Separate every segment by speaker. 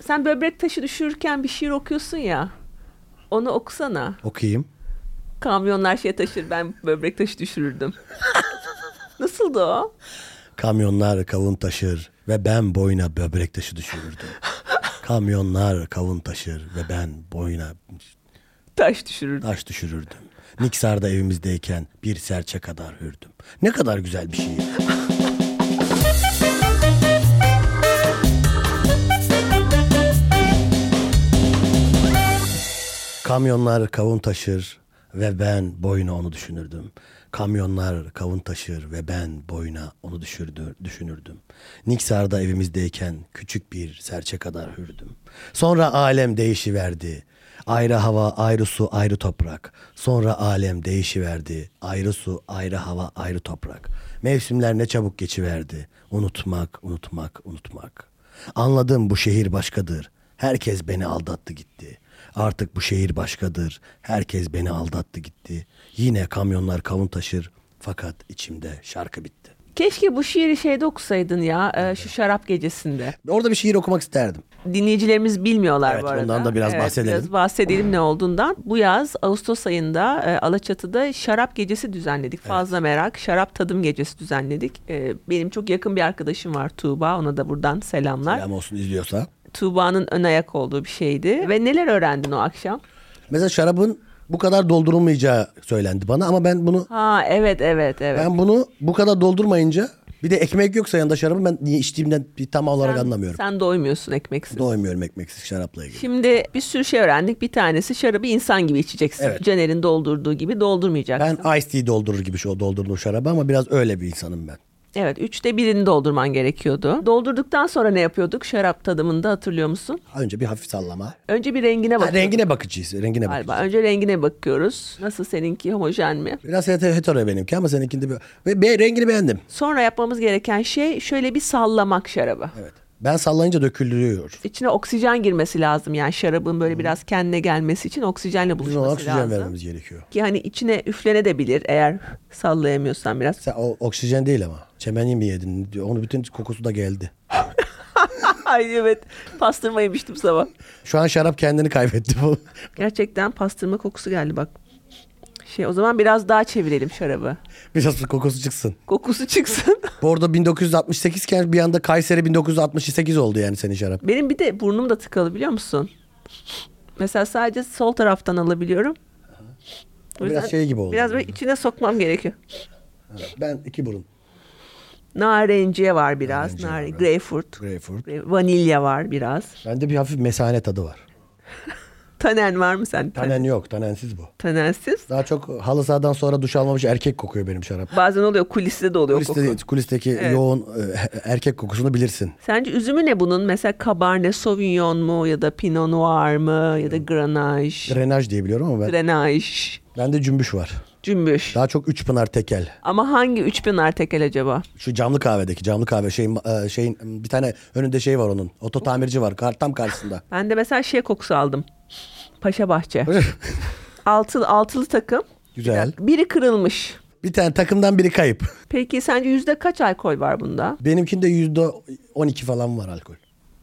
Speaker 1: Sen böbrek taşı düşürürken bir şiir okuyorsun ya. Onu okusana.
Speaker 2: Okuyayım.
Speaker 1: Kamyonlar şey taşır, ben böbrek taşı düşürürdüm. Nasıldı o?
Speaker 2: Kamyonlar kavun taşır ve ben boyuna böbrek taşı düşürürdüm. Kamyonlar kavun taşır ve ben boyuna
Speaker 1: Taş düşürürdüm.
Speaker 2: taş düşürürdüm. Niksar'da evimizdeyken bir serçe kadar hürdüm. Ne kadar güzel bir şiir. Kamyonlar kavun taşır ve ben boyuna onu düşünürdüm. Kamyonlar kavun taşır ve ben boyuna onu düşünürdüm. Niksar'da evimizdeyken küçük bir serçe kadar hürdüm. Sonra alem değişiverdi. Ayrı hava, ayrı su, ayrı toprak. Sonra alem değişiverdi. Ayrı su, ayrı hava, ayrı toprak. Mevsimler ne çabuk geçiverdi. Unutmak, unutmak, unutmak. Anladım bu şehir başkadır. Herkes beni aldattı gitti. Artık bu şehir başkadır. Herkes beni aldattı gitti. Yine kamyonlar kavun taşır. Fakat içimde şarkı bitti.
Speaker 1: Keşke bu şiiri şeyde okusaydın ya, şu şarap gecesinde.
Speaker 2: Orada bir şiir okumak isterdim.
Speaker 1: Dinleyicilerimiz bilmiyorlar
Speaker 2: Evet,
Speaker 1: bu arada.
Speaker 2: ondan da biraz bahsedelim.
Speaker 1: Biraz bahsedelim ne olduğundan. Bu yaz Ağustos ayında Alaçatı'da şarap gecesi düzenledik. Fazla Merak şarap tadım gecesi düzenledik. Benim çok yakın bir arkadaşım var, Tuğba. Ona da buradan selamlar.
Speaker 2: Selam olsun izliyorsa.
Speaker 1: Tuğba'nın ön ayak olduğu bir şeydi. Ve neler öğrendin o akşam?
Speaker 2: Mesela şarabın bu kadar doldurulmayacağı söylendi bana ama ben bunu
Speaker 1: Ha evet.
Speaker 2: ben bunu bu kadar doldurmayınca, bir de ekmek yoksa yanında şarabı, ben niye içtiğimden bir tam olarak anlamıyorum.
Speaker 1: Sen doymuyorsun ekmeksiz.
Speaker 2: Doymuyorum ekmeksiz şarapla ilgili.
Speaker 1: Şimdi bir sürü şey öğrendik. Bir tanesi şarabı insan gibi içeceksin.
Speaker 2: Evet.
Speaker 1: Caner'in doldurduğu gibi doldurmayacaksın.
Speaker 2: Ben iced tea doldurur gibi doldurdum şarabı ama biraz öyle bir insanım ben.
Speaker 1: Evet, 1/3'ünü doldurman gerekiyordu. Doldurduktan sonra ne yapıyorduk şarap tadımında, hatırlıyor musun?
Speaker 2: Önce bir hafif sallama.
Speaker 1: Önce bir rengine bakıyorduk.
Speaker 2: Rengine bakacağız. Rengine
Speaker 1: Galiba.
Speaker 2: bakacağız.
Speaker 1: Önce rengine bakıyoruz. Nasıl, seninki homojen mi?
Speaker 2: Biraz hetero benimki ama seninkinde ve rengini beğendim.
Speaker 1: Sonra yapmamız gereken şey şöyle bir sallamak şarabı.
Speaker 2: Evet. Ben sallayınca dökülüyor.
Speaker 1: İçine oksijen girmesi lazım, yani şarabın böyle biraz kendine gelmesi için oksijenle
Speaker 2: Bizim
Speaker 1: buluşması
Speaker 2: oksijen
Speaker 1: lazım.
Speaker 2: vermemiz gerekiyor.
Speaker 1: Ki hani içine üflenebilir eğer sallayamıyorsan biraz.
Speaker 2: Sen o oksijen değil ama. Çemenyi mi yedin? Onun bütün kokusu da geldi.
Speaker 1: Ay evet, pastırma yemiştim sabah.
Speaker 2: Şu an şarap kendini kaybetti bu.
Speaker 1: Gerçekten pastırma kokusu geldi bak. O zaman biraz daha çevirelim şarabı.
Speaker 2: Biraz kokusu çıksın.
Speaker 1: Kokusu çıksın.
Speaker 2: Bu arada 1968 iken bir anda Kayseri 1968 oldu yani senin şarap.
Speaker 1: Benim bir de burnum da tıkalı, biliyor musun? Mesela sadece sol taraftan alabiliyorum. O
Speaker 2: Biraz
Speaker 1: yüzden
Speaker 2: şey gibi oldu.
Speaker 1: Biraz böyle içine sokmam gerekiyor.
Speaker 2: Ben 2 burun.
Speaker 1: Narenciye var biraz.
Speaker 2: Narenciye var, evet.
Speaker 1: Greyfurt. Vanilya var biraz.
Speaker 2: Bende bir hafif mesane tadı var.
Speaker 1: Tanen var mı sende?
Speaker 2: Tanen yok. Tanensiz bu.
Speaker 1: Tanensiz.
Speaker 2: Daha çok halı sahadan sonra duş almamış erkek kokuyor benim şarap.
Speaker 1: Bazen oluyor, kuliste de oluyor koku.
Speaker 2: Kulisteki
Speaker 1: Evet.
Speaker 2: yoğun erkek kokusunu bilirsin.
Speaker 1: Sence üzümü ne bunun? Mesela Cabernet Sauvignon mu ya da Pinot Noir mı ya da Grenache?
Speaker 2: Grenache diye biliyorum ama
Speaker 1: Grenache.
Speaker 2: bende cümbüş var.
Speaker 1: Cümbüş.
Speaker 2: Daha çok Üçpınar Tekel.
Speaker 1: Ama hangi 3000 tekel acaba?
Speaker 2: Şu camlı kahve şeyin bir tane önünde şey var onun. Oto tamirci var tam karşısında.
Speaker 1: Ben de mesela kokusu aldım. Paşa Bahçe. Altılı takım.
Speaker 2: Güzel.
Speaker 1: Biri kırılmış.
Speaker 2: Bir tane takımdan biri kayıp.
Speaker 1: Peki sence yüzde kaç alkol var bunda?
Speaker 2: Benimkinde %12 falan var alkol.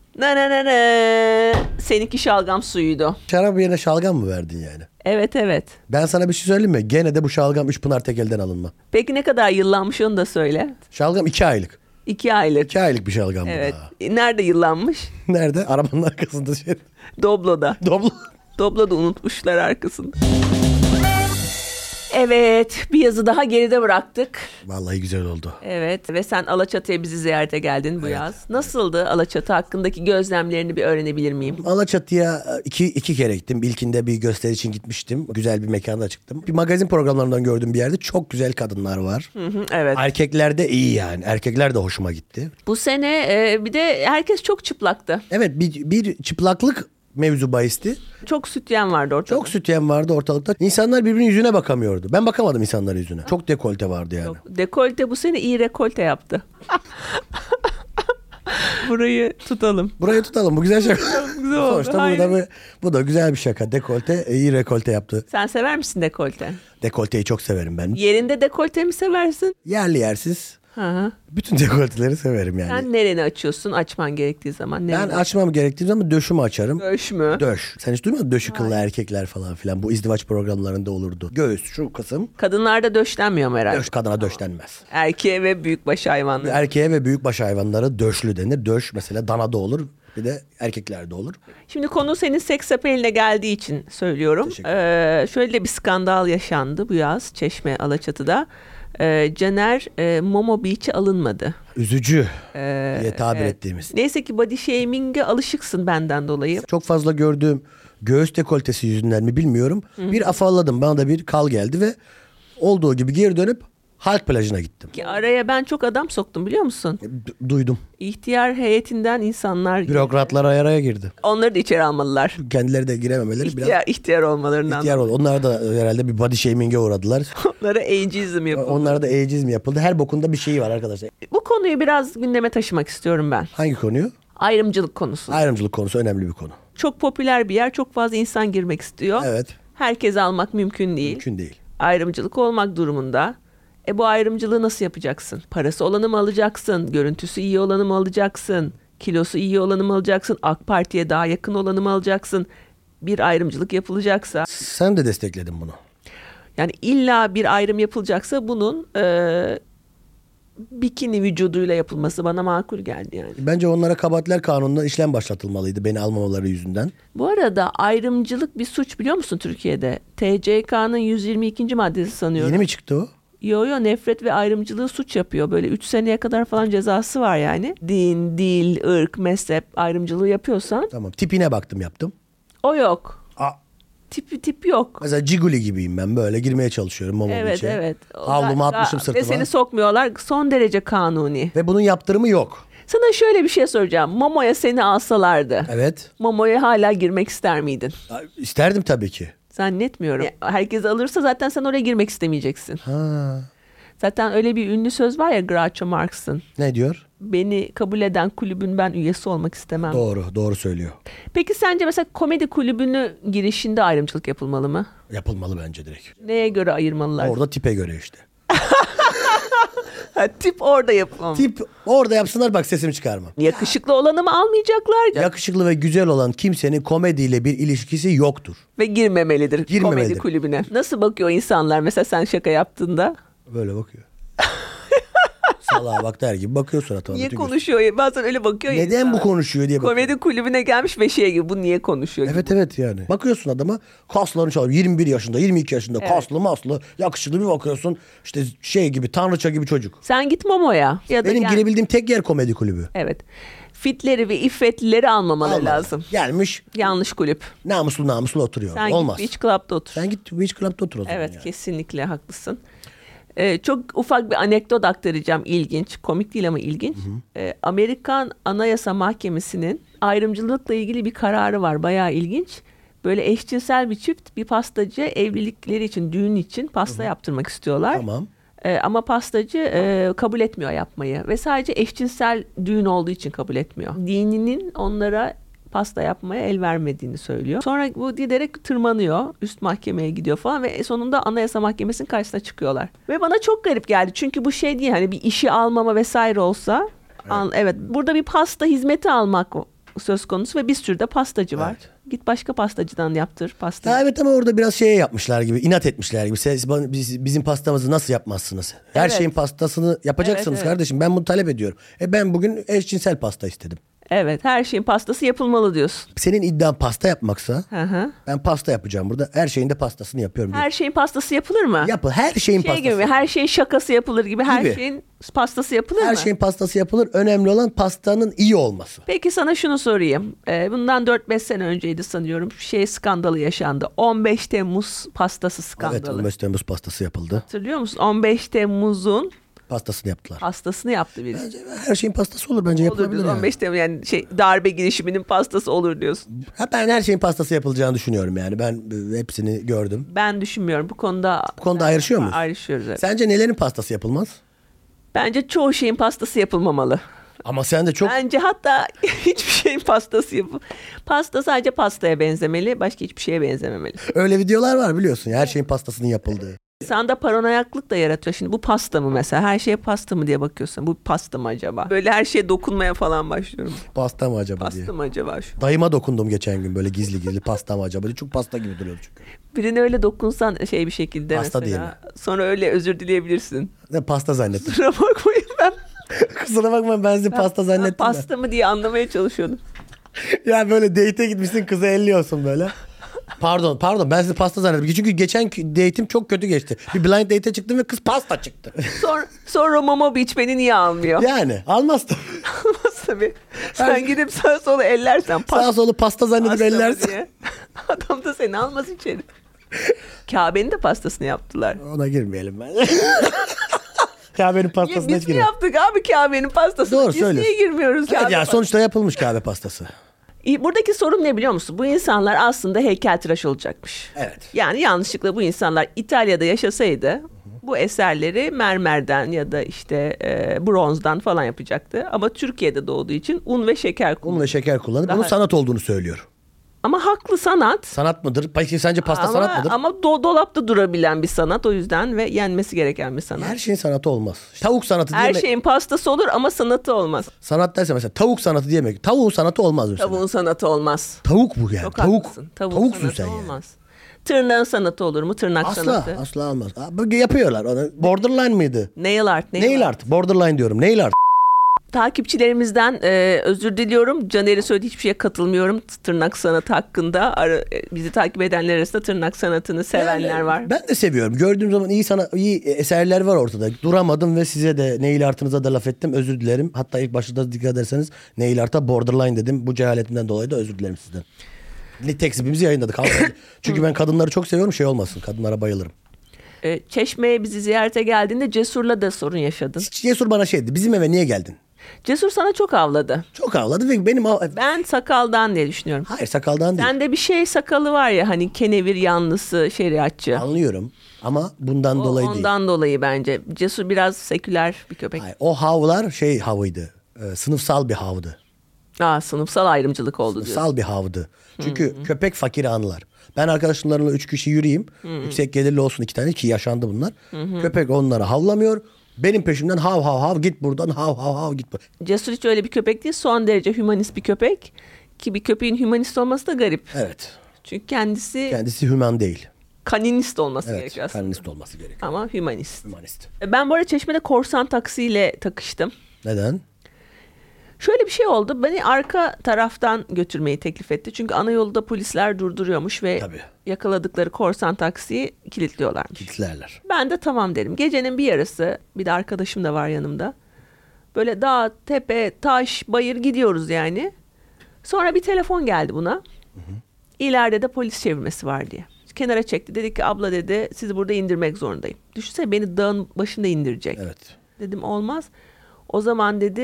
Speaker 1: Ne. Seninki şalgam suyuydu.
Speaker 2: Şarap yerine şalgam mı verdin yani?
Speaker 1: Evet.
Speaker 2: Ben sana bir şey söyleyeyim mi? Gene de bu şalgam Üçpınar Tekel'den alınma.
Speaker 1: Peki ne kadar yıllanmış onu da söyle.
Speaker 2: Şalgam 2 aylık.
Speaker 1: 2 aylık.
Speaker 2: 2 aylık bir şalgam bu
Speaker 1: Evet.
Speaker 2: da.
Speaker 1: Nerede yıllanmış?
Speaker 2: Nerede? Arabanın arkasında şey.
Speaker 1: Doblo'da. Doblo'da unutmuşlar arkasında. Evet, bir yazı daha geride bıraktık.
Speaker 2: Vallahi güzel oldu.
Speaker 1: Evet ve sen Alaçatı'ya bizi ziyarete geldin bu yaz. Nasıldı Alaçatı hakkındaki gözlemlerini bir öğrenebilir miyim?
Speaker 2: Alaçatı'ya iki kere gittim. İlkinde bir gösteri için gitmiştim. Güzel bir mekanda çıktım. Bir magazin programlarından gördüğüm bir yerde çok güzel kadınlar var.
Speaker 1: Evet.
Speaker 2: Erkekler de iyi yani. Erkekler de hoşuma gitti.
Speaker 1: Bu sene bir de herkes çok çıplaktı.
Speaker 2: Evet bir çıplaklık mevzu bahisti.
Speaker 1: Çok sütyen vardı ortada.
Speaker 2: Çok sütyen vardı ortalıkta. İnsanlar birbirinin yüzüne bakamıyordu. Ben bakamadım insanların yüzüne. Çok dekolte vardı yani.
Speaker 1: Dekolte bu sene iyi rekolte yaptı. Burayı tutalım.
Speaker 2: Burayı tutalım. Bu güzel şaka.
Speaker 1: Güzel oldu.
Speaker 2: Sonuçta bu da güzel bir şaka. Dekolte iyi rekolte yaptı.
Speaker 1: Sen sever misin dekolte?
Speaker 2: Dekolteyi çok severim ben.
Speaker 1: Yerinde dekolte mi seversin?
Speaker 2: Yerli yersiz.
Speaker 1: Hı hı.
Speaker 2: Bütün dekolteleri severim yani.
Speaker 1: Sen nereni açıyorsun açman gerektiği zaman?
Speaker 2: Ben açmam gerektiği zaman döşümü açarım.
Speaker 1: Göğüs mü?
Speaker 2: Döş. Sen hiç duymadın mı? Döşü kıllı erkekler falan filan. Bu izdivaç programlarında olurdu. Göğüs şu kısım.
Speaker 1: Kadınlarda döşlenmiyor mu herhalde?
Speaker 2: Döş, kadına döş denmez.
Speaker 1: Erkeğe ve büyükbaş hayvanlara.
Speaker 2: Erkeğe ve büyükbaş hayvanlara döşlü denir. Döş mesela danada olur. Bir de erkeklerde olur.
Speaker 1: Şimdi konu senin seks apeline geldiği için söylüyorum. Şöyle bir skandal yaşandı bu yaz Çeşme Alaçatı'da. Caner Momo Beach'e alınmadı.
Speaker 2: Üzücü diye tabir ettiğimiz.
Speaker 1: Neyse ki body shaming'e alışıksın benden dolayı.
Speaker 2: Çok fazla gördüğüm göğüs dekoltesi yüzünden mi bilmiyorum. Bir afalladım. Bana da bir kal geldi ve olduğu gibi geri dönüp halk plajına gittim.
Speaker 1: Ki araya ben çok adam soktum biliyor musun?
Speaker 2: Duydum.
Speaker 1: İhtiyar heyetinden insanlar.
Speaker 2: Bürokratlar araya girdi.
Speaker 1: Onları da içeri almalılar.
Speaker 2: Kendileri de girememeleri biraz
Speaker 1: İhtiyar olmalarından.
Speaker 2: ihtiyar oldu. Onlar da herhalde bir body shaming'e uğradılar.
Speaker 1: Onlara ageizm yapıldı.
Speaker 2: Onlara da ageizm yapıldı. Her bokunda bir şeyi var arkadaşlar.
Speaker 1: Bu konuyu biraz gündeme taşımak istiyorum ben.
Speaker 2: Hangi konuyu?
Speaker 1: Ayrımcılık konusu.
Speaker 2: Ayrımcılık konusu önemli bir konu.
Speaker 1: Çok popüler bir yer. Çok fazla insan girmek istiyor.
Speaker 2: Evet.
Speaker 1: Herkesi almak mümkün değil.
Speaker 2: Mümkün değil.
Speaker 1: Ayrımcılık olmak durumunda. Bu ayrımcılığı nasıl yapacaksın? Parası olanı mı alacaksın? Görüntüsü iyi olanı mı alacaksın? Kilosu iyi olanı mı alacaksın? AK Parti'ye daha yakın olanı mı alacaksın? Bir ayrımcılık yapılacaksa.
Speaker 2: Sen de destekledin bunu.
Speaker 1: Yani illa bir ayrım yapılacaksa bunun bikini vücuduyla yapılması bana makul geldi yani.
Speaker 2: Bence onlara kabahatler kanununa işlem başlatılmalıydı beni almamaları yüzünden.
Speaker 1: Bu arada ayrımcılık bir suç biliyor musun Türkiye'de? TCK'nın 122. maddesi sanıyorum.
Speaker 2: Yeni mi çıktı o?
Speaker 1: Yo nefret ve ayrımcılığı suç yapıyor. Böyle 3 seneye kadar falan cezası var yani. Din, dil, ırk, mezhep ayrımcılığı yapıyorsan
Speaker 2: Tamam. Tipine baktım yaptım.
Speaker 1: o yok.
Speaker 2: Aa,
Speaker 1: Tip yok.
Speaker 2: mesela Ciguli gibiyim ben. Böyle girmeye çalışıyorum Momo
Speaker 1: Evet.
Speaker 2: Beach'e. Havlumu atmışım
Speaker 1: Ve
Speaker 2: sırtıma.
Speaker 1: seni sokmuyorlar. Son derece kanuni.
Speaker 2: Ve bunun yaptırımı yok.
Speaker 1: Sana şöyle bir şey soracağım. Momo'ya seni alsalardı.
Speaker 2: Evet.
Speaker 1: Momo'ya hala girmek ister miydin?
Speaker 2: İsterdim tabii ki.
Speaker 1: Zannetmiyorum. Herkes alırsa zaten sen oraya girmek istemeyeceksin.
Speaker 2: Ha.
Speaker 1: Zaten öyle bir ünlü söz var ya Groucho Marx'ın.
Speaker 2: Ne diyor?
Speaker 1: Beni kabul eden kulübün ben üyesi olmak istemem.
Speaker 2: Doğru söylüyor.
Speaker 1: Peki sence mesela komedi kulübünü girişinde ayrımcılık yapılmalı mı?
Speaker 2: Yapılmalı bence direkt.
Speaker 1: Neye göre ayırmalılar?
Speaker 2: Orada tipe göre işte.
Speaker 1: Tip orada yapılmalı.
Speaker 2: Tip orada yapsınlar bak sesimi çıkarmam.
Speaker 1: Yakışıklı olanı mı almayacaklar?
Speaker 2: Yakışıklı ve güzel olan kimsenin komediyle bir ilişkisi yoktur.
Speaker 1: Ve girmemelidir,
Speaker 2: Girmemelidir.
Speaker 1: komedi kulübüne. Nasıl bakıyor insanlar mesela sen şaka yaptığında?
Speaker 2: Böyle bakıyor. Salağa bak der gibi bakıyor suratına.
Speaker 1: Niye
Speaker 2: bütün gün.
Speaker 1: konuşuyor? Bazen öyle bakıyor ya
Speaker 2: Neden bu
Speaker 1: insanlar.
Speaker 2: konuşuyor diye bakıyor.
Speaker 1: Komedi kulübüne gelmiş ve şey gibi bu niye konuşuyor gibi.
Speaker 2: Evet yani. Bakıyorsun adama kaslarını çalıyor. 21 yaşında 22 yaşında kaslı maslı yakışıklı bir bakıyorsun. İşte şey gibi tanrıça gibi çocuk.
Speaker 1: Sen git Momo'ya. Ya da
Speaker 2: Benim
Speaker 1: yani-
Speaker 2: girebildiğim tek yer komedi kulübü.
Speaker 1: Evet. Fitleri ve iffetlileri almamaları
Speaker 2: Almadı.
Speaker 1: lazım.
Speaker 2: Gelmiş
Speaker 1: Yanlış kulüp.
Speaker 2: namuslu oturuyor.
Speaker 1: Sen
Speaker 2: Olmaz.
Speaker 1: git Beach Club'da otur.
Speaker 2: Sen git Beach Club'da otur o zaman
Speaker 1: Evet
Speaker 2: yani.
Speaker 1: kesinlikle haklısın. Çok ufak bir anekdot aktaracağım ilginç. Komik değil ama ilginç. Amerikan Anayasa Mahkemesi'nin ayrımcılıkla ilgili bir kararı var. Bayağı ilginç. Böyle eşcinsel bir çift bir pastacı evlilikleri için düğün için pasta yaptırmak istiyorlar.
Speaker 2: Tamam.
Speaker 1: Ama pastacı kabul etmiyor yapmayı ve sadece eşcinsel düğün olduğu için kabul etmiyor. Dininin onlara pasta yapmaya el vermediğini söylüyor. Sonra bu giderek tırmanıyor. Üst mahkemeye gidiyor falan ve sonunda Anayasa Mahkemesi'nin karşısına çıkıyorlar. Ve bana çok garip geldi. Çünkü bu şey değil hani bir işi almama vesaire olsa. Evet. Burada bir pasta hizmeti almak söz konusu ve bir sürü de pastacı var.
Speaker 2: Evet.
Speaker 1: Git başka pastacıdan yaptır pastayı.
Speaker 2: Ha, evet ama orada biraz şeye yapmışlar gibi, inat etmişler gibi. Siz bizim pastamızı nasıl yapmazsınız? Her
Speaker 1: Evet.
Speaker 2: şeyin pastasını yapacaksınız
Speaker 1: Evet.
Speaker 2: kardeşim. Ben bunu talep ediyorum. Ben bugün eşcinsel pasta istedim.
Speaker 1: Evet, her şeyin pastası yapılmalı diyorsun.
Speaker 2: Senin iddian pasta yapmaksa
Speaker 1: Hı hı.
Speaker 2: ben pasta yapacağım burada. Her şeyin de pastasını yapıyorum.
Speaker 1: Her şeyin pastası yapılır mı?
Speaker 2: Her şeyin
Speaker 1: Şey
Speaker 2: pastası.
Speaker 1: gibi, her şeyin şakası yapılır gibi, her
Speaker 2: Gibi.
Speaker 1: şeyin pastası yapılır mı?
Speaker 2: Her şeyin pastası yapılır. Önemli olan pastanın iyi olması.
Speaker 1: Peki sana şunu sorayım. Bundan 4-5 sene önceydi sanıyorum. Skandalı yaşandı. 15 Temmuz pastası skandalı.
Speaker 2: Evet, 15 Temmuz pastası yapıldı.
Speaker 1: Hatırlıyor musun? 15 Temmuz'un
Speaker 2: Pastasını yaptılar.
Speaker 1: pastasını yaptı birisi.
Speaker 2: Her şeyin pastası olur bence,
Speaker 1: Olur
Speaker 2: yapılabilir
Speaker 1: diyorsun.
Speaker 2: yani.
Speaker 1: 15 Temmuz yani darbe girişiminin pastası olur diyorsun.
Speaker 2: Ben her şeyin pastası yapılacağını düşünüyorum yani. Ben hepsini gördüm.
Speaker 1: Ben düşünmüyorum. Bu konuda
Speaker 2: ayrışıyor muyuz?
Speaker 1: Ayrışıyoruz. Evet.
Speaker 2: Sence nelerin pastası yapılmaz?
Speaker 1: Bence çoğu şeyin pastası yapılmamalı.
Speaker 2: Ama sen de çok...
Speaker 1: Bence hatta hiçbir şeyin pastası Pasta sadece pastaya benzemeli. Başka hiçbir şeye benzememeli.
Speaker 2: Öyle videolar var biliyorsun ya, her şeyin pastasının yapıldığı.
Speaker 1: Sende paranoyaklık da yaratıyor. Şimdi bu pasta mı mesela? Her şeye pasta mı diye bakıyorsun. Bu pasta mı acaba? Böyle her şeye dokunmaya falan başlıyorum.
Speaker 2: Pasta mı acaba diye.
Speaker 1: Pasta mı acaba şu?
Speaker 2: Dayıma dokundum geçen gün böyle gizli gizli, pasta mı acaba diye. Çok pasta gibi duruyordu çünkü.
Speaker 1: Birine öyle dokunsan bir şekilde
Speaker 2: Pasta
Speaker 1: mesela.
Speaker 2: değil mi?
Speaker 1: Sonra öyle özür dileyebilirsin.
Speaker 2: Ne pasta zannettim.
Speaker 1: Kusura bakmayın ben.
Speaker 2: Kusura bakma, ben sizi pasta zannettim.
Speaker 1: Ben pasta mı diye anlamaya çalışıyordum.
Speaker 2: Ya böyle date'e gitmişsin, kızı elliyorsun böyle. Pardon ben sizi pasta zannettim. Çünkü geçen date'im çok kötü geçti. Bir blind date'e çıktım ve kız pasta çıktı.
Speaker 1: Sonra Momo Beach beni niye almıyor?
Speaker 2: Yani almaz tabii.
Speaker 1: Almaz tabii. Sen gidip sağa sola ellersen
Speaker 2: Sağa solu pasta zannedip
Speaker 1: pasta mı
Speaker 2: ellersin.
Speaker 1: diye. Adam da seni almaz içeri. Kabe'nin de pastasını yaptılar.
Speaker 2: Ona girmeyelim ben. Kabe'nin pastasına hiç
Speaker 1: Biz mi
Speaker 2: girmeyelim.
Speaker 1: yaptık abi Kabe'nin pastasını?
Speaker 2: Doğru
Speaker 1: Biz
Speaker 2: söylüyorsun.
Speaker 1: niye girmiyoruz
Speaker 2: Evet,
Speaker 1: Kabe
Speaker 2: ya sonuçta yapılmış Kabe pastası.
Speaker 1: Buradaki sorun ne biliyor musun? Bu insanlar aslında heykeltıraş olacakmış.
Speaker 2: Evet.
Speaker 1: Yani yanlışlıkla bu insanlar İtalya'da yaşasaydı bu eserleri mermerden ya da işte bronzdan falan yapacaktı. Ama Türkiye'de doğduğu için un ve şeker kullanıyor.
Speaker 2: Un ve şeker kullanıp
Speaker 1: Daha-
Speaker 2: bunun sanat olduğunu söylüyor.
Speaker 1: Ama haklı sanat.
Speaker 2: Sanat mıdır? Peki sence pasta sanat mıdır?
Speaker 1: Ama dolapta durabilen bir sanat o yüzden ve yenmesi gereken bir sanat.
Speaker 2: Her şeyin sanatı olmaz. Tavuk sanatı
Speaker 1: Her
Speaker 2: diye
Speaker 1: şeyin pastası olur ama sanatı olmaz.
Speaker 2: sanat derse mesela tavuk sanatı diyemek. Tavuğun sanatı olmaz mesela.
Speaker 1: Tavuğun sanatı olmaz.
Speaker 2: Tavuk bu yani.
Speaker 1: Çok
Speaker 2: Tavuk.
Speaker 1: haklısın. Tavuğun
Speaker 2: Tavuksun
Speaker 1: sanatı
Speaker 2: sen yani.
Speaker 1: olmaz. Tırnağın sanatı olur mu? Tırnak sanatı.
Speaker 2: Asla olmaz. Abi yapıyorlar onu. Borderline mıydı?
Speaker 1: Nail art.
Speaker 2: Nail art. Borderline diyorum. Nail art.
Speaker 1: Takipçilerimizden özür diliyorum. Caner'in söylediği hiçbir şeye katılmıyorum. Tırnak sanatı hakkında. Bizi takip edenler arasında tırnak sanatını sevenler
Speaker 2: Yani
Speaker 1: var.
Speaker 2: Ben de seviyorum. Gördüğüm zaman iyi eserler var ortada. Duramadım ve size de nail artınıza da laf ettim. Özür dilerim. Hatta ilk başta da dikkat ederseniz nail art'a borderline dedim. Bu cehaletimden dolayı da özür dilerim sizden. Tekstimizi yayınladık. Çünkü ben kadınları çok seviyorum. Şey olmasın. Kadınlara bayılırım.
Speaker 1: Çeşme'ye bizi ziyarete geldiğinde Cesur'la da sorun yaşadın.
Speaker 2: Cesur bana şeydi. Bizim eve niye geldin?
Speaker 1: Cesur sana çok avladı.
Speaker 2: Çok ağladı ve benim...
Speaker 1: Ben sakaldan diye düşünüyorum.
Speaker 2: Hayır, sakaldan değil.
Speaker 1: Sende bir sakalı var ya hani kenevir yanlısı şeriatçı.
Speaker 2: Anlıyorum ama bundan dolayı değil.
Speaker 1: Ondan dolayı bence. Cesur biraz seküler bir köpek.
Speaker 2: Hayır, o havlar havıydı. Sınıfsal bir havdı.
Speaker 1: Sınıfsal ayrımcılık oldu diyorsun.
Speaker 2: Sınıfsal bir havdı. Çünkü köpek fakiri anlar. Ben arkadaşlarımla 3 kişi yürüyeyim. Yüksek gelirli olsun 2 tane ki yaşandı bunlar. Köpek onlara havlamıyor. Benim peşimden hav hav hav git buradan, hav hav hav git buradan.
Speaker 1: Cesur hiç öyle bir köpek değil. Son derece hümanist bir köpek. Ki bir köpeğin hümanist olması da garip.
Speaker 2: Evet.
Speaker 1: Çünkü kendisi
Speaker 2: hüman değil.
Speaker 1: kaninist olması
Speaker 2: Evet.
Speaker 1: gerekiyor aslında.
Speaker 2: Kanist olması gerekiyor.
Speaker 1: Ama hümanist.
Speaker 2: Hümanist.
Speaker 1: Ben bu arada Çeşme'de korsan taksiyle takıştım.
Speaker 2: Neden?
Speaker 1: Şöyle bir şey oldu. Beni arka taraftan götürmeyi teklif etti. Çünkü ana yolda polisler durduruyormuş ve
Speaker 2: Tabii.
Speaker 1: yakaladıkları korsan taksiyi kilitliyorlarmış.
Speaker 2: Kilitlerler.
Speaker 1: Ben de tamam dedim. Gecenin bir yarısı, bir de arkadaşım da var yanımda. Böyle dağ, tepe, taş, bayır gidiyoruz yani. Sonra bir telefon geldi buna. İleride de polis çevirmesi var diye. Kenara çekti. Dedi ki abla dedi sizi burada indirmek zorundayım. Düşünsene beni dağın başında indirecek.
Speaker 2: Evet.
Speaker 1: Dedim olmaz. O zaman dedi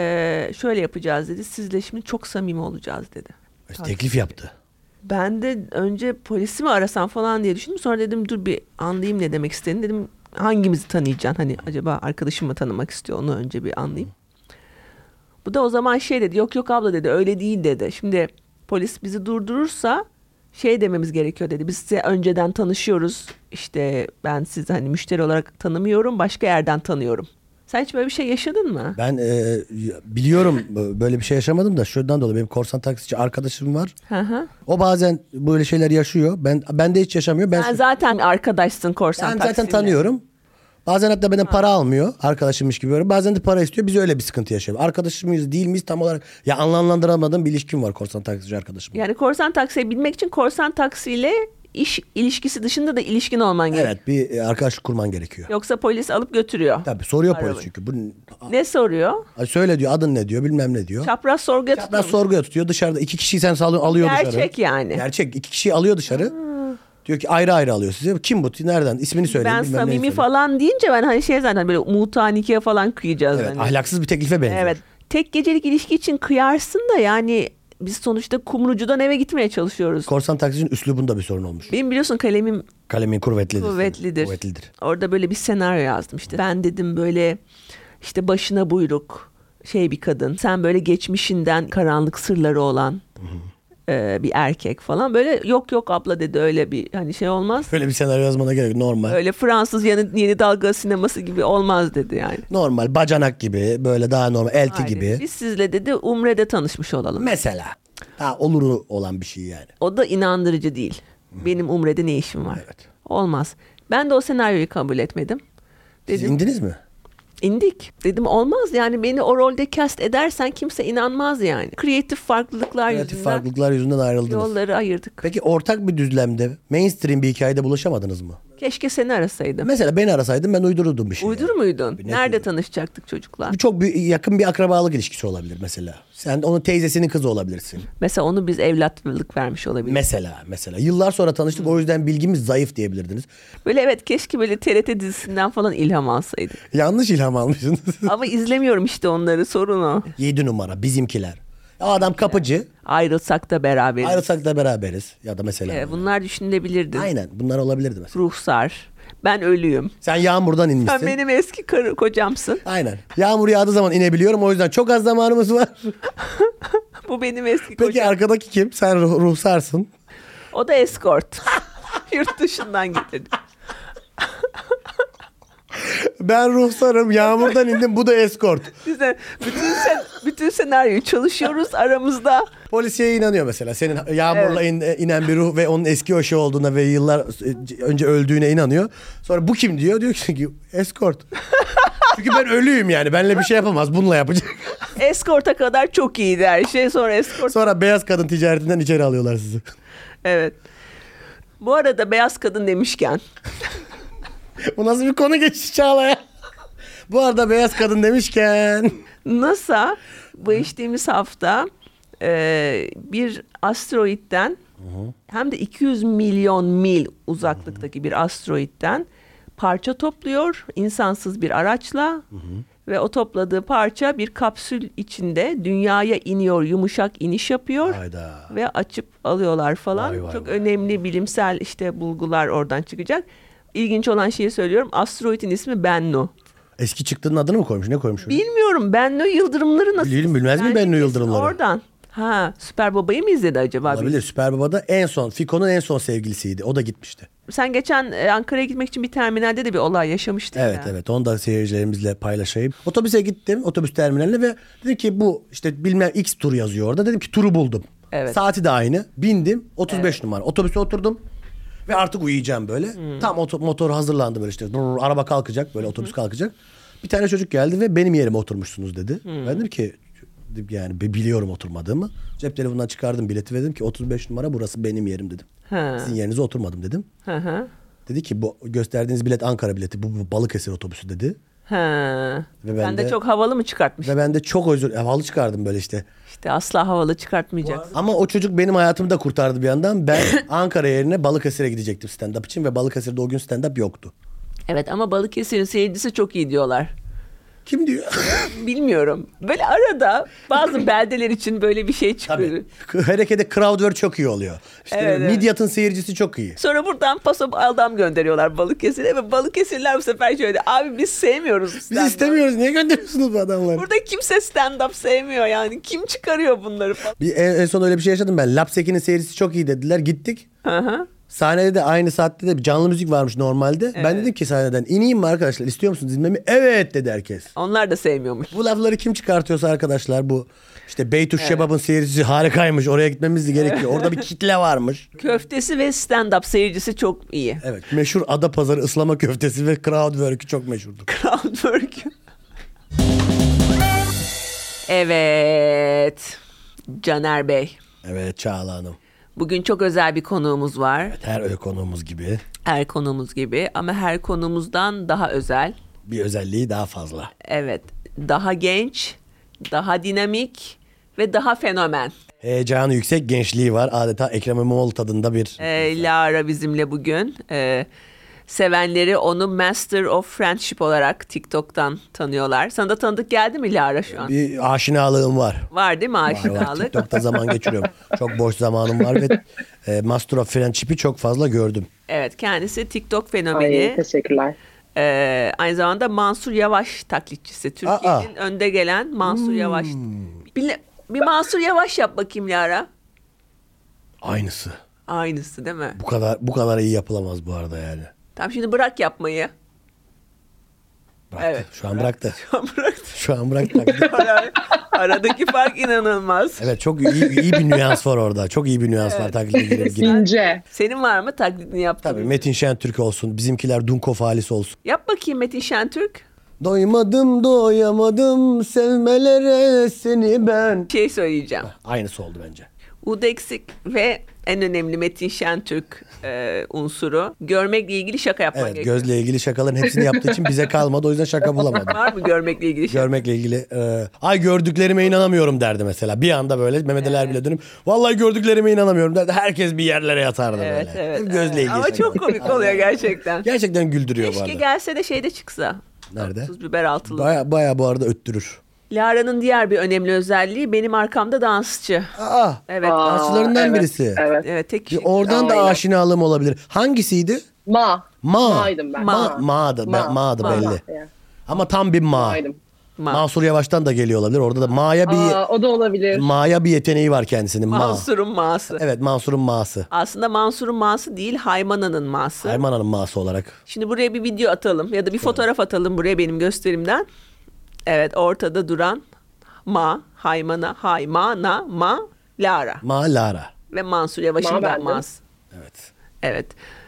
Speaker 1: şöyle yapacağız dedi. Sizle şimdi çok samimi olacağız dedi.
Speaker 2: Teklif yaptı.
Speaker 1: Ben de önce polisi mi arasam falan diye düşündüm. Sonra dedim dur bir anlayayım ne demek istediğini. Dedim hangimizi tanıyacaksın? Hani acaba arkadaşım mı tanımak istiyor? Onu önce bir anlayayım. Bu da o zaman dedi. Yok abla dedi öyle değil dedi. Şimdi polis bizi durdurursa dememiz gerekiyor dedi. Biz size önceden tanışıyoruz. İşte ben sizi hani müşteri olarak tanımıyorum. Başka yerden tanıyorum. Sen hiç böyle bir şey yaşadın mı?
Speaker 2: Ben biliyorum böyle bir şey yaşamadım da şuradan dolayı benim korsan taksici arkadaşım var.
Speaker 1: Hı.
Speaker 2: O bazen böyle şeyler yaşıyor. Ben de hiç yaşamıyor.
Speaker 1: Sen zaten arkadaşsın korsan
Speaker 2: Ben
Speaker 1: taksiyle.
Speaker 2: zaten tanıyorum. Bazen hatta benden para almıyor. Arkadaşımmış gibi görüyorum. Bazen de para istiyor. Biz öyle bir sıkıntı yaşıyoruz. Arkadaşım mıyız değil miyiz tam olarak. Ya anlamlandıramadığım bir ilişkim var korsan taksici arkadaşımla.
Speaker 1: Yani korsan taksiye binmek için korsan taksiyle iş ilişkisi dışında da ilişkin olman gerekiyor.
Speaker 2: Evet, bir arkadaşlık kurman gerekiyor.
Speaker 1: Yoksa polis alıp götürüyor.
Speaker 2: Tabii soruyor
Speaker 1: Arabayı.
Speaker 2: polis çünkü. Bu,
Speaker 1: Ne soruyor?
Speaker 2: söyle diyor, adın ne diyor, bilmem ne diyor.
Speaker 1: Çapraz sorguya
Speaker 2: Çapraz
Speaker 1: tutuyormuş.
Speaker 2: sorguya tutuyor. Dışarıda 2 kişiyi sen alıyor dışarı.
Speaker 1: Gerçek yani.
Speaker 2: Gerçek. 2 kişiyi alıyor dışarı. Diyor ki ayrı ayrı alıyor sizi. Kim bu? Nereden? İsmini söyleyin.
Speaker 1: Ben
Speaker 2: bilmem neyi
Speaker 1: samimi
Speaker 2: söyleyin.
Speaker 1: falan deyince ben hani zaten böyle mutanikiye falan kıyacağız.
Speaker 2: Evet,
Speaker 1: hani.
Speaker 2: ahlaksız bir teklife benziyor.
Speaker 1: Evet. Tek gecelik ilişki için kıyarsın da yani biz sonuçta Kumrucu'dan eve gitmeye çalışıyoruz.
Speaker 2: Korsan taksicinin üslubunda bir sorun olmuş.
Speaker 1: Benim biliyorsun kalemim
Speaker 2: Kalemin kuvvetlidir.
Speaker 1: kuvvetlidir. Orada böyle bir senaryo yazdım işte. Ben dedim böyle işte başına buyruk bir kadın. Sen böyle geçmişinden karanlık sırları olan bir erkek falan. Böyle yok abla dedi, öyle bir hani şey olmaz.
Speaker 2: Öyle bir senaryo yazmana gerek yok. Normal.
Speaker 1: Öyle Fransız yeni dalga sineması gibi olmaz dedi yani.
Speaker 2: Normal. Bacanak gibi. Böyle daha normal. Elti
Speaker 1: Aynen.
Speaker 2: gibi.
Speaker 1: Biz sizle dedi Umre'de tanışmış olalım.
Speaker 2: Mesela. Daha oluru olan bir şey yani.
Speaker 1: O da inandırıcı değil. Benim Umre'de ne işim var?
Speaker 2: Evet.
Speaker 1: Olmaz. Ben de o senaryoyu kabul etmedim.
Speaker 2: Siz
Speaker 1: Dedim
Speaker 2: indiniz mi?
Speaker 1: indik. Dedim olmaz yani, beni o rolde cast edersen kimse inanmaz yani. Kreatif farklılıklar
Speaker 2: Kreatif
Speaker 1: yüzünden
Speaker 2: farklılıklar yüzünden ayrıldınız.
Speaker 1: yolları ayırdık.
Speaker 2: Peki ortak bir düzlemde mainstream bir hikayede buluşamadınız mı?
Speaker 1: Keşke seni arasaydım.
Speaker 2: Mesela beni arasaydın ben uydururdum bir şey.
Speaker 1: Uydur
Speaker 2: yani.
Speaker 1: muydun?
Speaker 2: Tabii, net
Speaker 1: Nerede
Speaker 2: uydururum.
Speaker 1: tanışacaktık çocuklar?
Speaker 2: Bu çok yakın bir akrabalık ilişkisi olabilir mesela. Sen onun teyzesinin kızı olabilirsin.
Speaker 1: Mesela onu biz evlatlık vermiş olabiliriz.
Speaker 2: Mesela. Yıllar sonra tanıştık o yüzden bilgimiz zayıf diyebilirdiniz.
Speaker 1: Böyle evet, keşke böyle TRT dizisinden falan ilham alsaydık.
Speaker 2: Yanlış ilham almışsınız.
Speaker 1: Ama izlemiyorum işte onları, sorun o.
Speaker 2: 7 numara bizimkiler. O adam kapıcı.
Speaker 1: Ayrılsak da beraberiz.
Speaker 2: Ayrılsak da beraberiz. Ya da mesela.
Speaker 1: Bunlar düşünülebilirdi.
Speaker 2: Aynen bunlar olabilirdi mesela.
Speaker 1: Ruhsar. Ben ölüyüm.
Speaker 2: Sen yağmurdan inmişsin.
Speaker 1: Sen benim eski kocamsın.
Speaker 2: Aynen. Yağmur yağdığı zaman inebiliyorum o yüzden çok az zamanımız var.
Speaker 1: Bu benim eski
Speaker 2: Peki
Speaker 1: kocam.
Speaker 2: arkadaki kim? Sen ruhsarsın.
Speaker 1: O da eskort. Yurt dışından getirdi.
Speaker 2: Ben ruhsarım. Yağmurdan indim. Bu da eskort.
Speaker 1: Bize bütün senaryoyu çalışıyoruz aramızda.
Speaker 2: Polisiye inanıyor mesela. Senin yağmurla inen bir ruh ve onun eski o şey olduğuna ve yıllar önce öldüğüne inanıyor. Sonra bu kim diyor? Diyor ki eskort. Çünkü ben ölüyüm yani. Benimle bir şey yapamaz. Bununla yapacak.
Speaker 1: Eskorta kadar çok iyiydi her şey. Sonra eskort.
Speaker 2: Sonra beyaz kadın ticaretinden içeri alıyorlar sizi.
Speaker 1: Evet. Bu arada beyaz kadın demişken.
Speaker 2: Bu nasıl bir konu geçişi Çağla ya? Bu arada beyaz kadın demişken.
Speaker 1: NASA bu geçtiğimiz hafta bir asteroitten hem de 200 milyon mil uzaklıktaki bir asteroitten parça topluyor insansız bir araçla ve o topladığı parça bir kapsül içinde dünyaya iniyor, yumuşak iniş yapıyor.
Speaker 2: Hayda.
Speaker 1: Ve açıp alıyorlar falan.
Speaker 2: Vay
Speaker 1: Çok
Speaker 2: vay.
Speaker 1: önemli bilimsel işte bulgular oradan çıkacak. İlginç olan şeyi söylüyorum. Asteroidin ismi Bennu.
Speaker 2: Eski çıktığının adını mı koymuş? Ne koymuş?
Speaker 1: Bilmiyorum, Bennu yıldırımları nasıl?
Speaker 2: Bilmez mi
Speaker 1: Bence
Speaker 2: Bennu
Speaker 1: kesin
Speaker 2: yıldırımları?
Speaker 1: Oradan. Ha, Süper Baba'yı mı izledi acaba?
Speaker 2: Olabilir. Süper Baba'da en son, Fiko'nun en son sevgilisiydi. O da gitmişti.
Speaker 1: Sen geçen Ankara'ya gitmek için bir terminalde de bir olay yaşamıştın
Speaker 2: Evet
Speaker 1: ya.
Speaker 2: evet. Onu da seyircilerimizle paylaşayım. Otobüse gittim. Otobüs terminaline ve dedim ki bu işte bilmem X tur yazıyor orada. Dedim ki turu buldum.
Speaker 1: Evet.
Speaker 2: Saati de aynı. Bindim. 35 numara. Otobüse oturdum. Ve artık uyuyacağım böyle. Tam motor hazırlandı böyle işte. Araba kalkacak. Böyle otobüs kalkacak. Bir tane çocuk geldi ve benim yerime oturmuşsunuz dedi. Ben dedim ki yani biliyorum oturmadığımı. Cep telefonundan çıkardım bileti ve dedim ki 35 numara burası benim yerim dedim.
Speaker 1: Ha.
Speaker 2: Sizin yerinize oturmadım dedim.
Speaker 1: Hı hı.
Speaker 2: Dedi ki bu gösterdiğiniz bilet Ankara bileti. Bu Balıkesir otobüsü dedi.
Speaker 1: Ha.
Speaker 2: Ve ben
Speaker 1: Sen de
Speaker 2: de-
Speaker 1: çok havalı mı çıkartmışsın?
Speaker 2: Ve ben de çok havalı çıkardım böyle işte.
Speaker 1: İşte asla havalı çıkartmayacaksın.
Speaker 2: Ama o çocuk benim hayatımı da kurtardı bir yandan. Ben Ankara yerine Balıkesir'e gidecektim stand-up için ve Balıkesir'de o gün stand-up yoktu.
Speaker 1: Evet, ama Balıkesir'in seyircisi çok iyi diyorlar.
Speaker 2: Kim diyor?
Speaker 1: Bilmiyorum. Böyle arada bazı beldeler için böyle bir şey çıkıyor.
Speaker 2: Tabii. Harekete crowdwork çok iyi oluyor. İşte
Speaker 1: Evet, evet.
Speaker 2: Midyat'ın seyircisi çok iyi.
Speaker 1: Sonra buradan paso adam gönderiyorlar Balıkesir'e ve Balıkesirler bu sefer şöyle, abi biz sevmiyoruz
Speaker 2: Biz
Speaker 1: stand-up.
Speaker 2: istemiyoruz. Niye gönderiyorsunuz bu adamları?
Speaker 1: Burada kimse stand-up sevmiyor yani. Kim çıkarıyor bunları falan.
Speaker 2: En son öyle bir şey yaşadım ben. Lapseki'nin seyircisi çok iyi dediler. Gittik.
Speaker 1: Hı hı.
Speaker 2: Sahnede de aynı saatte de bir canlı müzik varmış normalde. Ben dedim ki sahneden ineyim mi arkadaşlar istiyor musunuz dinlememi? Evet dedi herkes.
Speaker 1: Onlar da sevmiyormuş.
Speaker 2: Bu lafları kim çıkartıyorsa arkadaşlar bu işte Beytuş Şebab'ın seyircisi harikaymış. Oraya gitmemiz gerekiyor. Orada bir kitle varmış.
Speaker 1: Köftesi ve stand-up seyircisi çok iyi.
Speaker 2: Evet. Meşhur Adapazarı ıslama köftesi ve crowdwork'ü çok meşhurdur.
Speaker 1: Crowdwork. Evet. Caner Bey.
Speaker 2: Evet Çağla Hanım.
Speaker 1: Bugün çok özel bir konuğumuz var.
Speaker 2: Her öyle konuğumuz gibi
Speaker 1: Her konuğumuz gibi ama her konuğumuzdan daha özel.
Speaker 2: bir özelliği daha fazla.
Speaker 1: Evet. Daha genç, daha dinamik ve daha fenomen.
Speaker 2: Heyecanı yüksek gençliği var. Adeta Ekrem İmamoğlu tadında bir...
Speaker 1: Lara bizimle bugün. Sevenleri onu Master of Friendship olarak TikTok'tan tanıyorlar. Sana da tanıdık geldi mi Lara şu an?
Speaker 2: Bir aşinalığım var.
Speaker 1: Var değil mi
Speaker 2: Var.
Speaker 1: aşinalık?
Speaker 2: TikTok'ta zaman geçiriyorum. Çok boş zamanım var ve Master of Friendship'i çok fazla gördüm.
Speaker 1: Evet, kendisi TikTok
Speaker 3: Ay,
Speaker 1: fenomeni.
Speaker 3: teşekkürler.
Speaker 1: Aynı zamanda Mansur Yavaş taklitçisi. Türkiye'nin önde gelen Mansur Yavaş. Bir Mansur Yavaş yap bakayım Lara.
Speaker 2: Aynısı.
Speaker 1: Aynısı değil mi?
Speaker 2: Bu kadar iyi yapılamaz bu arada yani.
Speaker 1: Tamam, şimdi bırak yapmayı.
Speaker 2: Bıraktı.
Speaker 1: Evet.
Speaker 2: Şu an bıraktı.
Speaker 1: Şu an bıraktı.
Speaker 2: Şu an bıraktı.
Speaker 1: Aradaki fark inanılmaz.
Speaker 2: Evet, çok iyi bir nüans var orada. Çok iyi bir nüans var taklide girip.
Speaker 3: İnce.
Speaker 1: Senin var mı taklidini yaptığın?
Speaker 2: Tabii Metin Şentürk olsun. Bizimkiler Dunkov halisi olsun.
Speaker 1: Yap bakayım Metin Şentürk.
Speaker 2: Doymadım sevmelere seni ben.
Speaker 1: Şey söyleyeceğim.
Speaker 2: Aynısı oldu bence.
Speaker 1: Ud eksik ve en önemli Metin Şentürk unsuru. Görmekle ilgili şaka yapman
Speaker 2: Evet,
Speaker 1: gerekiyor.
Speaker 2: gözle ilgili şakaların hepsini yaptığı için bize kalmadı. O yüzden şaka bulamadım.
Speaker 1: Var mı görmekle ilgili şaka?
Speaker 2: Görmekle ilgili. Ay gördüklerime inanamıyorum derdi mesela. Bir anda böyle Mehmet Ali Erbil'e dönüp vallahi gördüklerime inanamıyorum derdi. Herkes bir yerlere yatardı
Speaker 1: Evet,
Speaker 2: böyle.
Speaker 1: evet.
Speaker 2: Hep gözle ilgili
Speaker 1: Ama
Speaker 2: şaka.
Speaker 1: çok komik oluyor gerçekten.
Speaker 2: Gerçekten güldürüyor bu
Speaker 1: Keşke
Speaker 2: arada.
Speaker 1: gelse de şeyde çıksa.
Speaker 2: Nerede?
Speaker 1: Tuz biber altılı.
Speaker 2: Baya bu arada öttürür.
Speaker 1: Lara'nın diğer bir önemli özelliği benim arkamda dansçı.
Speaker 2: Aa,
Speaker 1: Evet.
Speaker 2: dansçılarından
Speaker 3: evet,
Speaker 2: birisi.
Speaker 3: Evet.
Speaker 1: Evet, tek kişi.
Speaker 2: Oradan da
Speaker 3: Aynen.
Speaker 2: aşinalığım olabilir. Hangisiydi?
Speaker 3: Ma'ydım ben.
Speaker 2: Ma'dı
Speaker 1: Ma.
Speaker 2: belli.
Speaker 3: Yani.
Speaker 2: Ama tam bir ma.
Speaker 3: Ma'ydım.
Speaker 2: Mansur Yavaş'tan da geliyor olabilir. Orada da
Speaker 3: O da olabilir.
Speaker 2: Ma'ya bir yeteneği var kendisinin.
Speaker 1: Mansur'un ma'sı.
Speaker 2: Evet, Mansur'un ma'sı.
Speaker 1: Aslında Mansur'un ma'sı değil, Haymana'nın ma'sı.
Speaker 2: Haymana'nın ma'sı olarak.
Speaker 1: Şimdi buraya bir video atalım ya da bir fotoğraf atalım buraya benim gösterimden. Evet, ortada duran Haymana, Ma, Lara
Speaker 2: Ma Lara.
Speaker 1: ve Mansur Yavaş'ın
Speaker 3: Ma
Speaker 1: da
Speaker 3: bendim.
Speaker 1: ma'sı.
Speaker 2: Evet.
Speaker 1: Evet.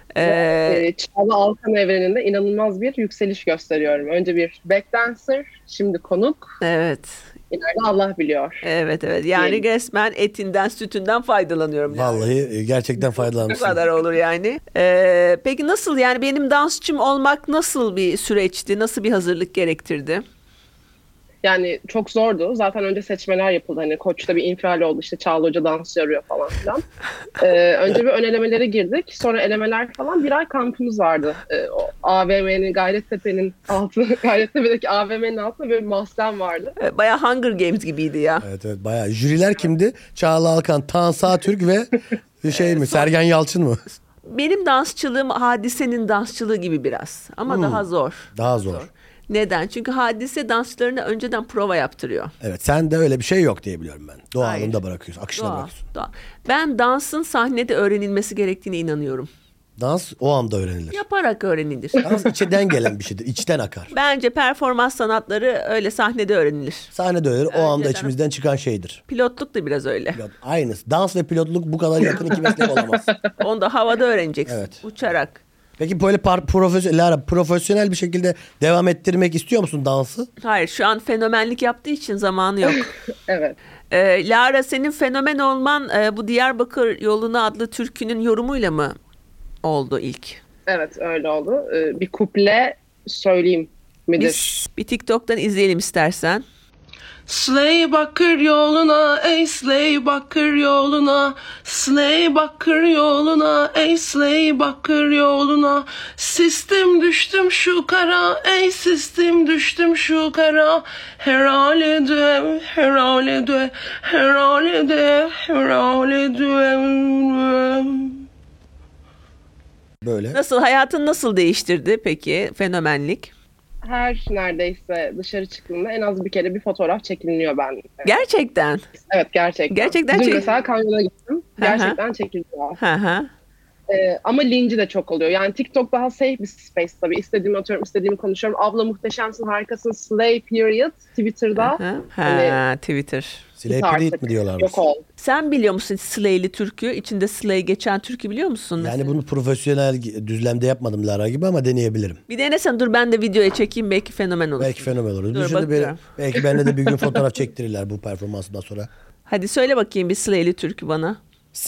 Speaker 3: Çağla Alkan evreninde inanılmaz bir yükseliş gösteriyorum. Önce bir backdancer, şimdi konuk.
Speaker 1: Evet.
Speaker 3: İleride Allah biliyor.
Speaker 1: Evet. Yani
Speaker 3: Diyelim.
Speaker 1: resmen etinden, sütünden faydalanıyorum.
Speaker 2: Vallahi gerçekten
Speaker 1: Bu
Speaker 2: faydalanmışsın.
Speaker 1: kadar olur yani. Peki nasıl, yani benim dansçım olmak nasıl bir süreçti? Nasıl bir hazırlık gerektirdi?
Speaker 3: Yani çok zordu. Zaten önce seçmeler yapıldı. Hani Koç'ta bir infial oldu. İşte Çağla Hoca dansçı arıyor falan filan. Önce bir ön elemelere girdik. Sonra elemeler falan. Bir ay kampımız vardı. O AVM'nin, Gayrettepe'nin altı, Gayrettepe'deki AVM'nin altında böyle bir mahzen vardı.
Speaker 1: Bayağı Hunger Games gibiydi ya.
Speaker 2: Evet bayağı. Jüriler kimdi? Çağla Alkan, Tansa Türk ve Sergen Yalçın mı?
Speaker 1: Benim dansçılığım Hadise'nin dansçılığı gibi biraz. Ama daha zor.
Speaker 2: Daha zor.
Speaker 1: Neden? Çünkü Hadise dansçılarına önceden prova yaptırıyor.
Speaker 2: Evet, sen de öyle bir şey yok diye biliyorum ben.
Speaker 1: Hayır.
Speaker 2: Doğalında bırakıyorsun, akışına
Speaker 1: Doğal,
Speaker 2: bırakıyorsun.
Speaker 1: doğal. Ben dansın sahnede öğrenilmesi gerektiğine inanıyorum.
Speaker 2: Dans o anda öğrenilir.
Speaker 1: Yaparak öğrenilir.
Speaker 2: Dans içten gelen bir şeydir, içten akar.
Speaker 1: Bence performans sanatları öyle sahnede öğrenilir.
Speaker 2: Sahnede öğrenir, o anda
Speaker 1: Önceden-
Speaker 2: içimizden çıkan şeydir.
Speaker 1: Pilotluk da biraz öyle.
Speaker 2: Aynısı. Dans ve pilotluk bu kadar yakın iki meslek olamaz.
Speaker 1: Onu da havada öğreneceksin.
Speaker 2: Evet.
Speaker 1: Uçarak.
Speaker 2: Peki böyle profesyonel bir şekilde devam ettirmek istiyor musun dansı?
Speaker 1: Hayır, şu an fenomenlik yaptığı için zamanı yok.
Speaker 3: Evet.
Speaker 1: Lara, senin fenomen olman bu Diyarbakır Yoluna adlı türkünün yorumuyla mı oldu ilk?
Speaker 3: Evet öyle oldu. Bir kuple söyleyeyim midir?
Speaker 1: Biz bir TikTok'tan izleyelim istersen.
Speaker 4: Sley Bakır yoluna, ey Sley Bakır yoluna, Sley Bakır yoluna, ey Sley Bakır yoluna. Sistem düştüm şu kara, ey sistem düştüm şu kara. Herhalde de, herhalde de, herhalde de, herhalde de.
Speaker 2: Böyle.
Speaker 1: Nasıl, hayatın nasıl değiştirdi peki fenomenlik?
Speaker 3: Her neredeyse dışarı çıktığımda en az bir kere bir fotoğraf çekiliniyor ben.
Speaker 1: Gerçekten.
Speaker 3: Evet gerçekten.
Speaker 1: Gerçekten
Speaker 3: Dün mesela kanyona gittim.
Speaker 1: Hı hı.
Speaker 3: Gerçekten çekiliyor.
Speaker 1: Hı hı.
Speaker 3: Ama linci de çok oluyor. Yani TikTok daha safe bir space tabii. İstediğimi atıyorum, istediğimi konuşuyorum. Abla muhteşemsin, harikasın, slay period. Twitter'da
Speaker 1: Hı.
Speaker 3: Hani-
Speaker 1: Twitter.
Speaker 2: Slay
Speaker 3: artık
Speaker 2: Period mi diyorlarmış?
Speaker 3: yok ol.
Speaker 1: Sen biliyor musun Slay'li türkü? İçinde Slay geçen türkü biliyor musun?
Speaker 2: Yani bunu profesyonel düzlemde yapmadım Lara gibi ama deneyebilirim.
Speaker 1: Bir denesen, dur ben de videoya çekeyim, belki fenomen olur.
Speaker 2: Belki fenomen olur.
Speaker 1: Dur,
Speaker 2: Düşündü
Speaker 1: bakıyorum.
Speaker 2: belki bende de bir gün fotoğraf çektirirler bu performansından sonra.
Speaker 1: Hadi söyle bakayım bir Slay'li türkü bana.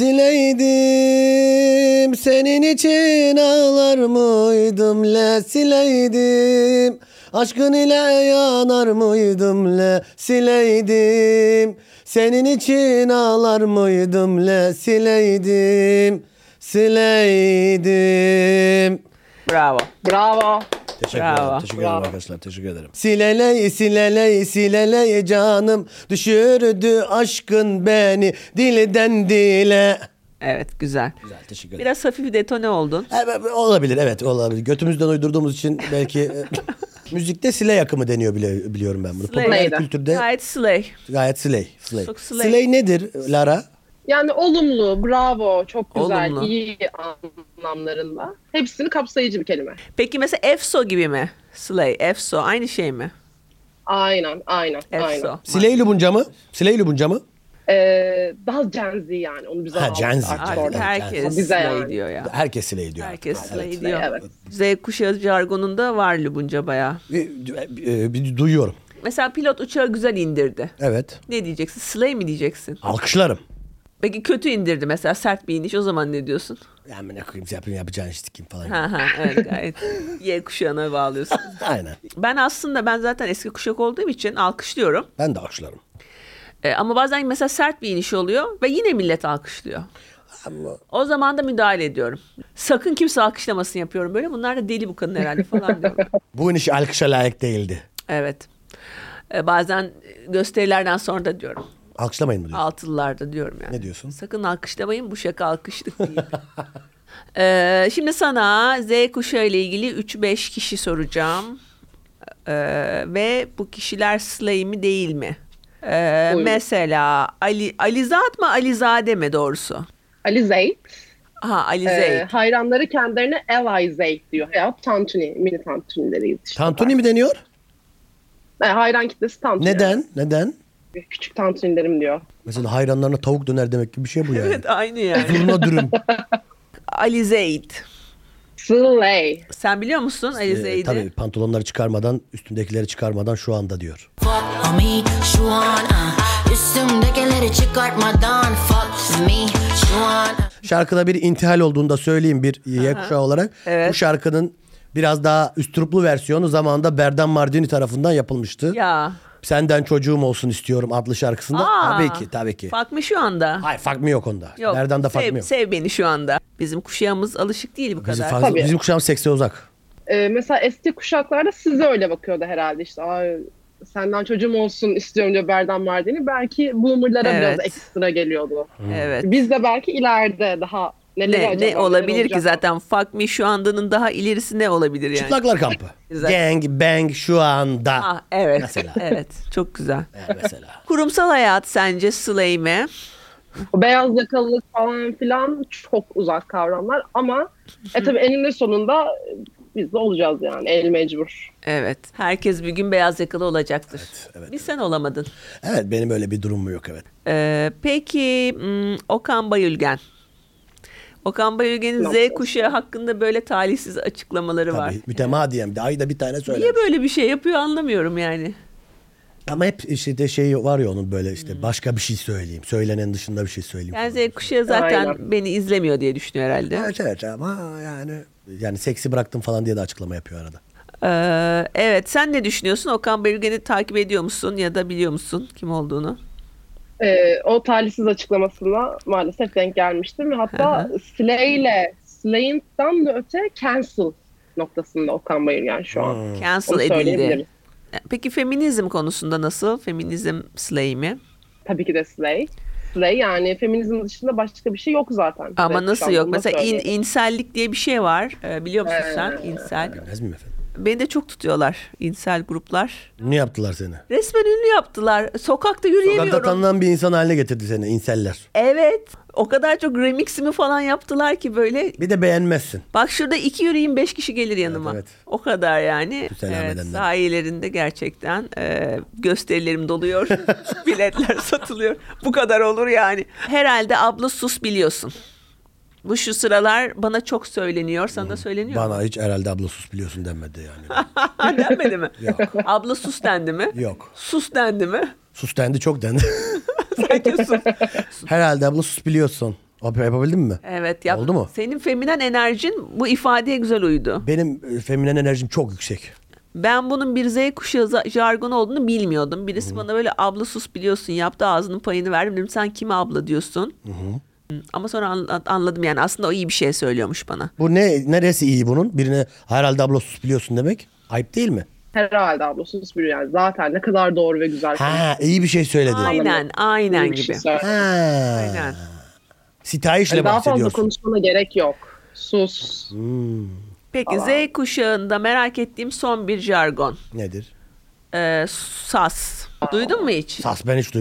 Speaker 2: Sileydim senin için ağlar mıydım le sileydim. Aşkın ile yanar mıydım le sileydim. Senin için ağlar mıydım le sileydim. Sileydim.
Speaker 1: Bravo.
Speaker 3: Bravo.
Speaker 2: Teşekkür
Speaker 1: Bravo.
Speaker 2: ederim. Teşekkür
Speaker 3: Bravo.
Speaker 2: ederim arkadaşlar. Teşekkür ederim. Sileley sileley sileley canım düşürdü aşkın beni dilden dile.
Speaker 1: Evet, güzel.
Speaker 2: Güzel, teşekkür ederim.
Speaker 1: Biraz hafif detone oldun.
Speaker 2: Olabilir, evet olabilir. Götümüzden uydurduğumuz için belki müzikte slay akımı deniyor biliyorum ben bunu.
Speaker 1: Slay.
Speaker 2: Popüler
Speaker 3: Neydi?
Speaker 2: kültürde
Speaker 1: Gayet Slay.
Speaker 2: gayet slay.
Speaker 1: Çok slay.
Speaker 2: Slay nedir Lara?
Speaker 3: Yani olumlu, bravo, çok güzel,
Speaker 1: Olumlu.
Speaker 3: iyi anlamlarında. Hepsini kapsayıcı bir kelime.
Speaker 1: Peki mesela efso gibi mi? Slay, efso aynı şey mi?
Speaker 3: Aynen.
Speaker 1: Efso.
Speaker 2: Sileyli bunca mı? Sileyli bunca mı?
Speaker 3: Daha Gen Z yani. Onu bize
Speaker 2: Ha,
Speaker 3: aldık
Speaker 2: Gen Z.
Speaker 3: artık
Speaker 1: Artık
Speaker 3: orada.
Speaker 1: herkes
Speaker 3: Bize
Speaker 1: slay
Speaker 3: yani.
Speaker 1: diyor ya.
Speaker 2: Herkes siley diyor.
Speaker 1: Herkes
Speaker 2: artık.
Speaker 1: slay
Speaker 2: Evet.
Speaker 1: diyor.
Speaker 3: Evet.
Speaker 1: Z kuşağı jargonunda var Lubunca bayağı.
Speaker 2: Bir duyuyorum.
Speaker 1: Mesela pilot uçağı güzel indirdi.
Speaker 2: Evet.
Speaker 1: Ne diyeceksin? Slay mi diyeceksin?
Speaker 2: Alkışlarım.
Speaker 1: Peki kötü indirdi mesela, sert bir iniş, o zaman ne diyorsun?
Speaker 2: Yani ne koyayım yapacağın işte kim falan.
Speaker 1: Ha evet, gayet Y kuşağına bağlıyorsun.
Speaker 2: Aynen.
Speaker 1: Ben zaten eski kuşak olduğum için alkışlıyorum.
Speaker 2: Ben de alkışlarım.
Speaker 1: Ama bazen mesela sert bir iniş oluyor ve yine millet alkışlıyor.
Speaker 2: Ama
Speaker 1: O zaman da müdahale ediyorum. Sakın kimse alkışlamasın yapıyorum böyle. Bunlar da deli bu kadın herhalde falan diyorum.
Speaker 2: bu iniş alkışa layık değildi.
Speaker 1: Evet. Bazen gösterilerden sonra da diyorum.
Speaker 2: Alkışlamayın mı diyorsun?
Speaker 1: Altılılarda diyorum yani.
Speaker 2: Ne diyorsun?
Speaker 1: Sakın alkışlamayın, bu şaka alkışlık değil. Şimdi sana Z kuşağı ile ilgili 3-5 kişi soracağım. Ve bu kişiler slay mi değil mi?
Speaker 3: Buyurun.
Speaker 1: Mesela Alizat mı Alizade mi doğrusu?
Speaker 3: Ali Zeyd.
Speaker 1: Aha, Alize.
Speaker 3: Hayranları kendilerine Eli Zeyd diyor. Ya Tantuni, mini Tantunileriyiz işte.
Speaker 2: Tantuni mi deniyor?
Speaker 3: Hayran kitlesi Tantuni.
Speaker 2: Neden? Neden?
Speaker 3: Küçük Tantunilerim diyor.
Speaker 2: Mesela hayranlarına tavuk döner demek gibi bir şey bu yani.
Speaker 1: Evet, aynı yani.
Speaker 2: Zurna dürüm.
Speaker 1: Alizeyd.
Speaker 3: Slay.
Speaker 1: Sen biliyor musun Alizeyd'i?
Speaker 2: Tabii pantolonları çıkarmadan, üstündekileri çıkarmadan şu anda diyor.
Speaker 5: Fuck me şu an üstümdekileri çıkartmadan fuck me şu an.
Speaker 2: Şarkıda bir intihal olduğunu da söyleyeyim bir Y kuşağı olarak.
Speaker 1: Evet.
Speaker 2: Bu şarkının biraz daha üstruplu versiyonu zamanında Berdan Mardini tarafından yapılmıştı.
Speaker 1: Ya.
Speaker 2: Senden çocuğum olsun istiyorum adlı şarkısında.
Speaker 1: Aa,
Speaker 2: Tabii ki.
Speaker 1: Fuck me şu anda.
Speaker 2: Hayır fuck me yok onda.
Speaker 1: Yok.
Speaker 2: Berdan'da fuck me
Speaker 1: sev,
Speaker 2: yok.
Speaker 1: sev beni şu anda. Bizim kuşağımız alışık değil bu kadar.
Speaker 3: Tabii.
Speaker 2: Bizim kuşağımız sekse uzak.
Speaker 3: Mesela eski kuşaklarda size öyle bakıyordu herhalde işte. Ay, senden çocuğum olsun istiyorum diyor Berdan Mardini. Belki boomerlara
Speaker 1: Evet.
Speaker 3: biraz ekstra geliyordu.
Speaker 1: Evet.
Speaker 3: Biz de belki ileride daha neleri
Speaker 1: Ne,
Speaker 3: acaba,
Speaker 1: ne olabilir
Speaker 3: neler
Speaker 1: ki
Speaker 3: olacak?
Speaker 1: zaten fuck me şu andanın daha ilerisi ne olabilir yani?
Speaker 2: Çıplaklar kampı.
Speaker 1: Güzel.
Speaker 2: Gang bang şu anda.
Speaker 1: Ah, evet.
Speaker 2: Mesela.
Speaker 1: Evet, çok güzel.
Speaker 2: Mesela.
Speaker 1: Kurumsal hayat sence slay mi?
Speaker 3: O beyaz yakalılık falan filan çok uzak kavramlar ama tabii eninde sonunda biz de olacağız yani el mecbur.
Speaker 1: Evet. Herkes bir gün beyaz yakalı olacaktır.
Speaker 2: evet,
Speaker 1: Bir sen olamadın.
Speaker 2: Evet benim öyle bir durumum yok evet.
Speaker 1: Peki Okan Bayülgen. Okan Bayülgen'in Z
Speaker 3: Nasıl?
Speaker 1: kuşağı hakkında böyle talihsiz açıklamaları var.
Speaker 2: Tabii mütemadiyen de ayda bir tane söyler.
Speaker 1: Niye böyle bir şey yapıyor anlamıyorum yani.
Speaker 2: Ama hep işte de şey var ya onun böyle işte başka bir şey söyleyeyim. Söylenenin dışında bir şey söyleyeyim.
Speaker 1: Yani Z kuşağı zaten
Speaker 3: Aynen.
Speaker 1: beni izlemiyor diye düşünüyor herhalde.
Speaker 2: Evet ama yani seksi bıraktım falan diye de açıklama yapıyor arada.
Speaker 1: Evet, sen ne düşünüyorsun? Okan Bayülgen'i takip ediyor musun ya da biliyor musun kim olduğunu?
Speaker 3: O talihsiz açıklamasına maalesef denk gelmiştim. Hatta Slay'den de öte cancel noktasında Okan Bayülgen şu an.
Speaker 1: Cancel
Speaker 3: Onu
Speaker 1: edildi.
Speaker 3: söyleyebiliriz.
Speaker 1: Peki feminizm konusunda nasıl? Feminizm slay mi?
Speaker 3: Tabii ki de Slay. Slay yani feminizm dışında başka bir şey yok zaten.
Speaker 1: Ama
Speaker 3: Evet,
Speaker 1: nasıl
Speaker 3: şu an
Speaker 1: yok?
Speaker 3: bunu da
Speaker 1: Mesela
Speaker 3: söyleyelim.
Speaker 1: insellik diye bir şey var. Biliyor musun sen? İnsel.
Speaker 2: Bilmez miyim efendim?
Speaker 1: Beni de çok tutuyorlar insel gruplar.
Speaker 2: Ne yaptılar seni?
Speaker 1: Resmen ünlü yaptılar. Sokakta yürüyemiyorum.
Speaker 2: Sokakta tanınan bir insan haline getirdi seni inseller.
Speaker 1: Evet. O kadar çok remiximi falan yaptılar ki böyle.
Speaker 2: Bir de beğenmezsin.
Speaker 1: Bak şurada 2 yürüyeyim 5 kişi gelir yanıma.
Speaker 2: Evet.
Speaker 1: O kadar yani.
Speaker 2: Selam
Speaker 1: Evet,
Speaker 2: edenler.
Speaker 1: sahilerinde gerçekten gösterilerim doluyor. Biletler satılıyor. Bu kadar olur yani. Herhalde abla sus biliyorsun. Bu şu sıralar bana çok söyleniyor. Sana da söyleniyor mu?
Speaker 2: Bana hiç herhalde abla sus biliyorsun denmedi yani.
Speaker 1: Denmedi mi?
Speaker 2: Yok.
Speaker 1: Abla sus dendi mi?
Speaker 2: Yok.
Speaker 1: Sus dendi mi?
Speaker 2: Sus dendi çok dendi.
Speaker 1: Sanki sus.
Speaker 2: Herhalde abla sus biliyorsun. Yapabildin mi?
Speaker 1: Evet. Yap.
Speaker 2: Oldu mu?
Speaker 1: Senin feminen enerjin bu ifadeye güzel uydu.
Speaker 2: Benim feminen enerjim çok yüksek.
Speaker 1: Ben bunun bir Z kuşağı jargonu olduğunu bilmiyordum. Birisi bana böyle abla sus biliyorsun yaptı, ağzının payını verdim. Dedim sen kime abla diyorsun? Ama sonra anladım yani aslında o iyi bir şey söylüyormuş bana.
Speaker 2: Bu neresi iyi bunun? Birine herhalde abla sus biliyorsun demek. Ayıp değil mi?
Speaker 3: Herhalde ablasız biri yani. Zaten ne kadar doğru ve güzel.
Speaker 2: Ha iyi bir şey söyledi.
Speaker 1: Aynen
Speaker 3: Bir şey
Speaker 1: gibi.
Speaker 3: söyle.
Speaker 2: Ha.
Speaker 1: Aynen.
Speaker 2: Sitayişle
Speaker 3: Yani daha fazla
Speaker 2: bahsediyorsun.
Speaker 3: konuşmana gerek yok. Sus.
Speaker 1: Peki Z kuşağında merak ettiğim son bir jargon.
Speaker 2: Nedir?
Speaker 1: Sas. Duydun mu hiç?
Speaker 2: Sas ben hiç duymadım.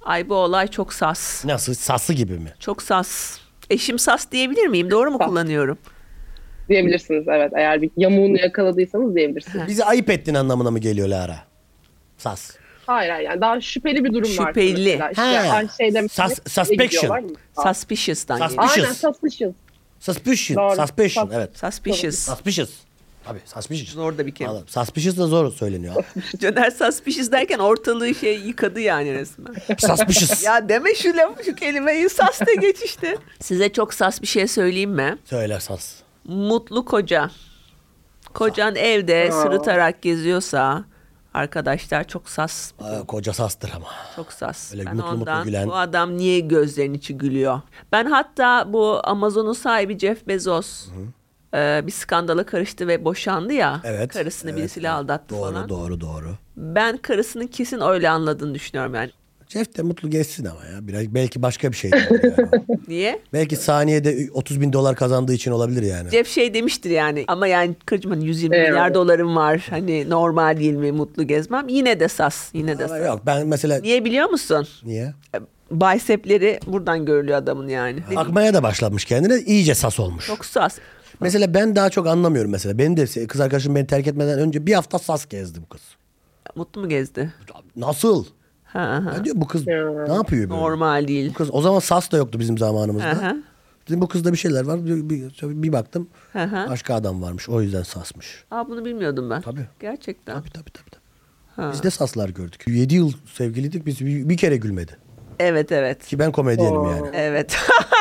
Speaker 1: Ay bu olay çok sas.
Speaker 2: Nasıl? Sası gibi mi?
Speaker 1: Çok sas. Eşim sas diyebilir miyim? Doğru mu
Speaker 3: Sas.
Speaker 1: kullanıyorum?
Speaker 3: Diyebilirsiniz, evet. Eğer bir yamuğunu yakaladıysanız diyebilirsiniz.
Speaker 2: Bizi ayıp ettin anlamına mı geliyor Lara? Sas.
Speaker 3: Hayır, yani daha şüpheli bir durum var.
Speaker 1: Şüpheli.
Speaker 3: Mesela. İşte
Speaker 2: Ha.
Speaker 3: Ayşe ile
Speaker 2: Suspicion.
Speaker 1: Suspicious'dan geliyor.
Speaker 2: Suspicious.
Speaker 3: Aynen, suspicious.
Speaker 2: Suspicion.
Speaker 3: Doğru.
Speaker 2: Suspicion. Evet.
Speaker 1: Suspicious.
Speaker 2: Suspicious. Tabii suspicious.
Speaker 1: Zor da bir kelime.
Speaker 2: Anladım. Suspicious da zor söyleniyor.
Speaker 1: Caner suspicious derken ortalığı yıkadı yani resmen.
Speaker 2: Suspicious.
Speaker 1: Ya deme şu kelimeyi sas de geç işte. Size çok sas bir şey söyleyeyim mi?
Speaker 2: Söyle sas.
Speaker 1: Mutlu koca. Kocan evde sırıtarak geziyorsa arkadaşlar çok sas.
Speaker 2: Koca sastır ama.
Speaker 1: Çok sas.
Speaker 2: Öyle
Speaker 1: Ben
Speaker 2: mutlu mutlu
Speaker 1: ondan
Speaker 2: gülen.
Speaker 1: bu adam niye gözlerinin içi gülüyor? Ben hatta bu Amazon'un sahibi Jeff Bezos bir skandala karıştı ve boşandı ya.
Speaker 2: Evet.
Speaker 1: Karısını
Speaker 2: evet,
Speaker 1: birisiyle aldattı
Speaker 2: doğru,
Speaker 1: falan.
Speaker 2: Doğru.
Speaker 1: Ben karısının kesin öyle anladığını düşünüyorum yani.
Speaker 2: Jeff de mutlu geçsin ama ya. Biraz, belki başka bir şey. Yani.
Speaker 1: Niye?
Speaker 2: Belki saniyede $30.000 kazandığı için olabilir yani.
Speaker 1: Jeff demiştir yani ama yani karıcığım hani 120
Speaker 3: Evet.
Speaker 1: milyar dolarım var. Hani normal değil mi mutlu gezmem? Yine de sas. Yine de
Speaker 2: Ama
Speaker 1: sas.
Speaker 2: yok ben mesela...
Speaker 1: Niye biliyor musun?
Speaker 2: Niye?
Speaker 1: Bicepleri buradan görülüyor adamın yani.
Speaker 2: Akmaya da başlamış kendine. İyice sas olmuş.
Speaker 1: Çok sas.
Speaker 2: Mesela ben daha çok anlamıyorum mesela. Benim de kız arkadaşım beni terk etmeden önce bir hafta sas gezdim kız.
Speaker 1: Mutlu mu gezdi?
Speaker 2: Nasıl?
Speaker 1: Ha.
Speaker 2: Ben diyorum bu kız ne yapıyor böyle?
Speaker 1: Normal değil.
Speaker 2: Bu kız o zaman sas da yoktu bizim
Speaker 1: Hı
Speaker 2: zamanımızda.
Speaker 1: hı.
Speaker 2: Dedim bu kızda bir şeyler var. Bir baktım
Speaker 1: Hı hı.
Speaker 2: başka adam varmış. O yüzden sasmış.
Speaker 1: Aa bunu bilmiyordum ben.
Speaker 2: Tabii.
Speaker 1: Gerçekten.
Speaker 2: Tabii.
Speaker 1: Ha.
Speaker 2: Biz de saslar gördük. 7 yıl sevgiliydik. Biz bir kere gülmedi.
Speaker 1: Evet.
Speaker 2: Ki ben komedyenim yani.
Speaker 1: Evet.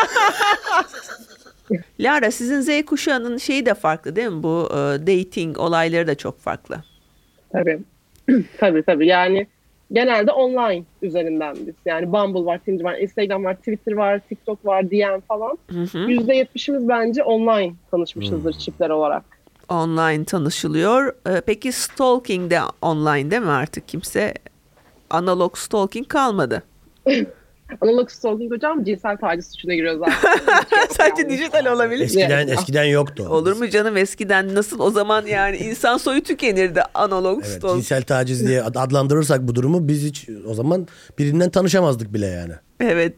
Speaker 1: Lara sizin Z kuşağının şeyi de farklı değil mi? Bu dating olayları da çok farklı.
Speaker 3: Tabii. tabii. Yani genelde online üzerinden biz. Yani Bumble var, Tinder var, Instagram var, Twitter var, TikTok var, DM falan. %70'imiz bence online tanışmışızdır çiftler olarak.
Speaker 1: Online tanışılıyor. Peki stalking de online değil mi artık? Kimse analog stalking kalmadı.
Speaker 3: Analog stalking hocam cinsel taciz suçuna giriyor zaten.
Speaker 1: Sadece dijital olabilir.
Speaker 2: Eskiden yoktu.
Speaker 1: Olur mu canım eskiden nasıl o zaman yani insan soyu tükenirdi analog
Speaker 2: Evet,
Speaker 1: stalking.
Speaker 2: cinsel taciz diye adlandırırsak bu durumu biz hiç o zaman birinden tanışamazdık bile yani.
Speaker 1: Evet.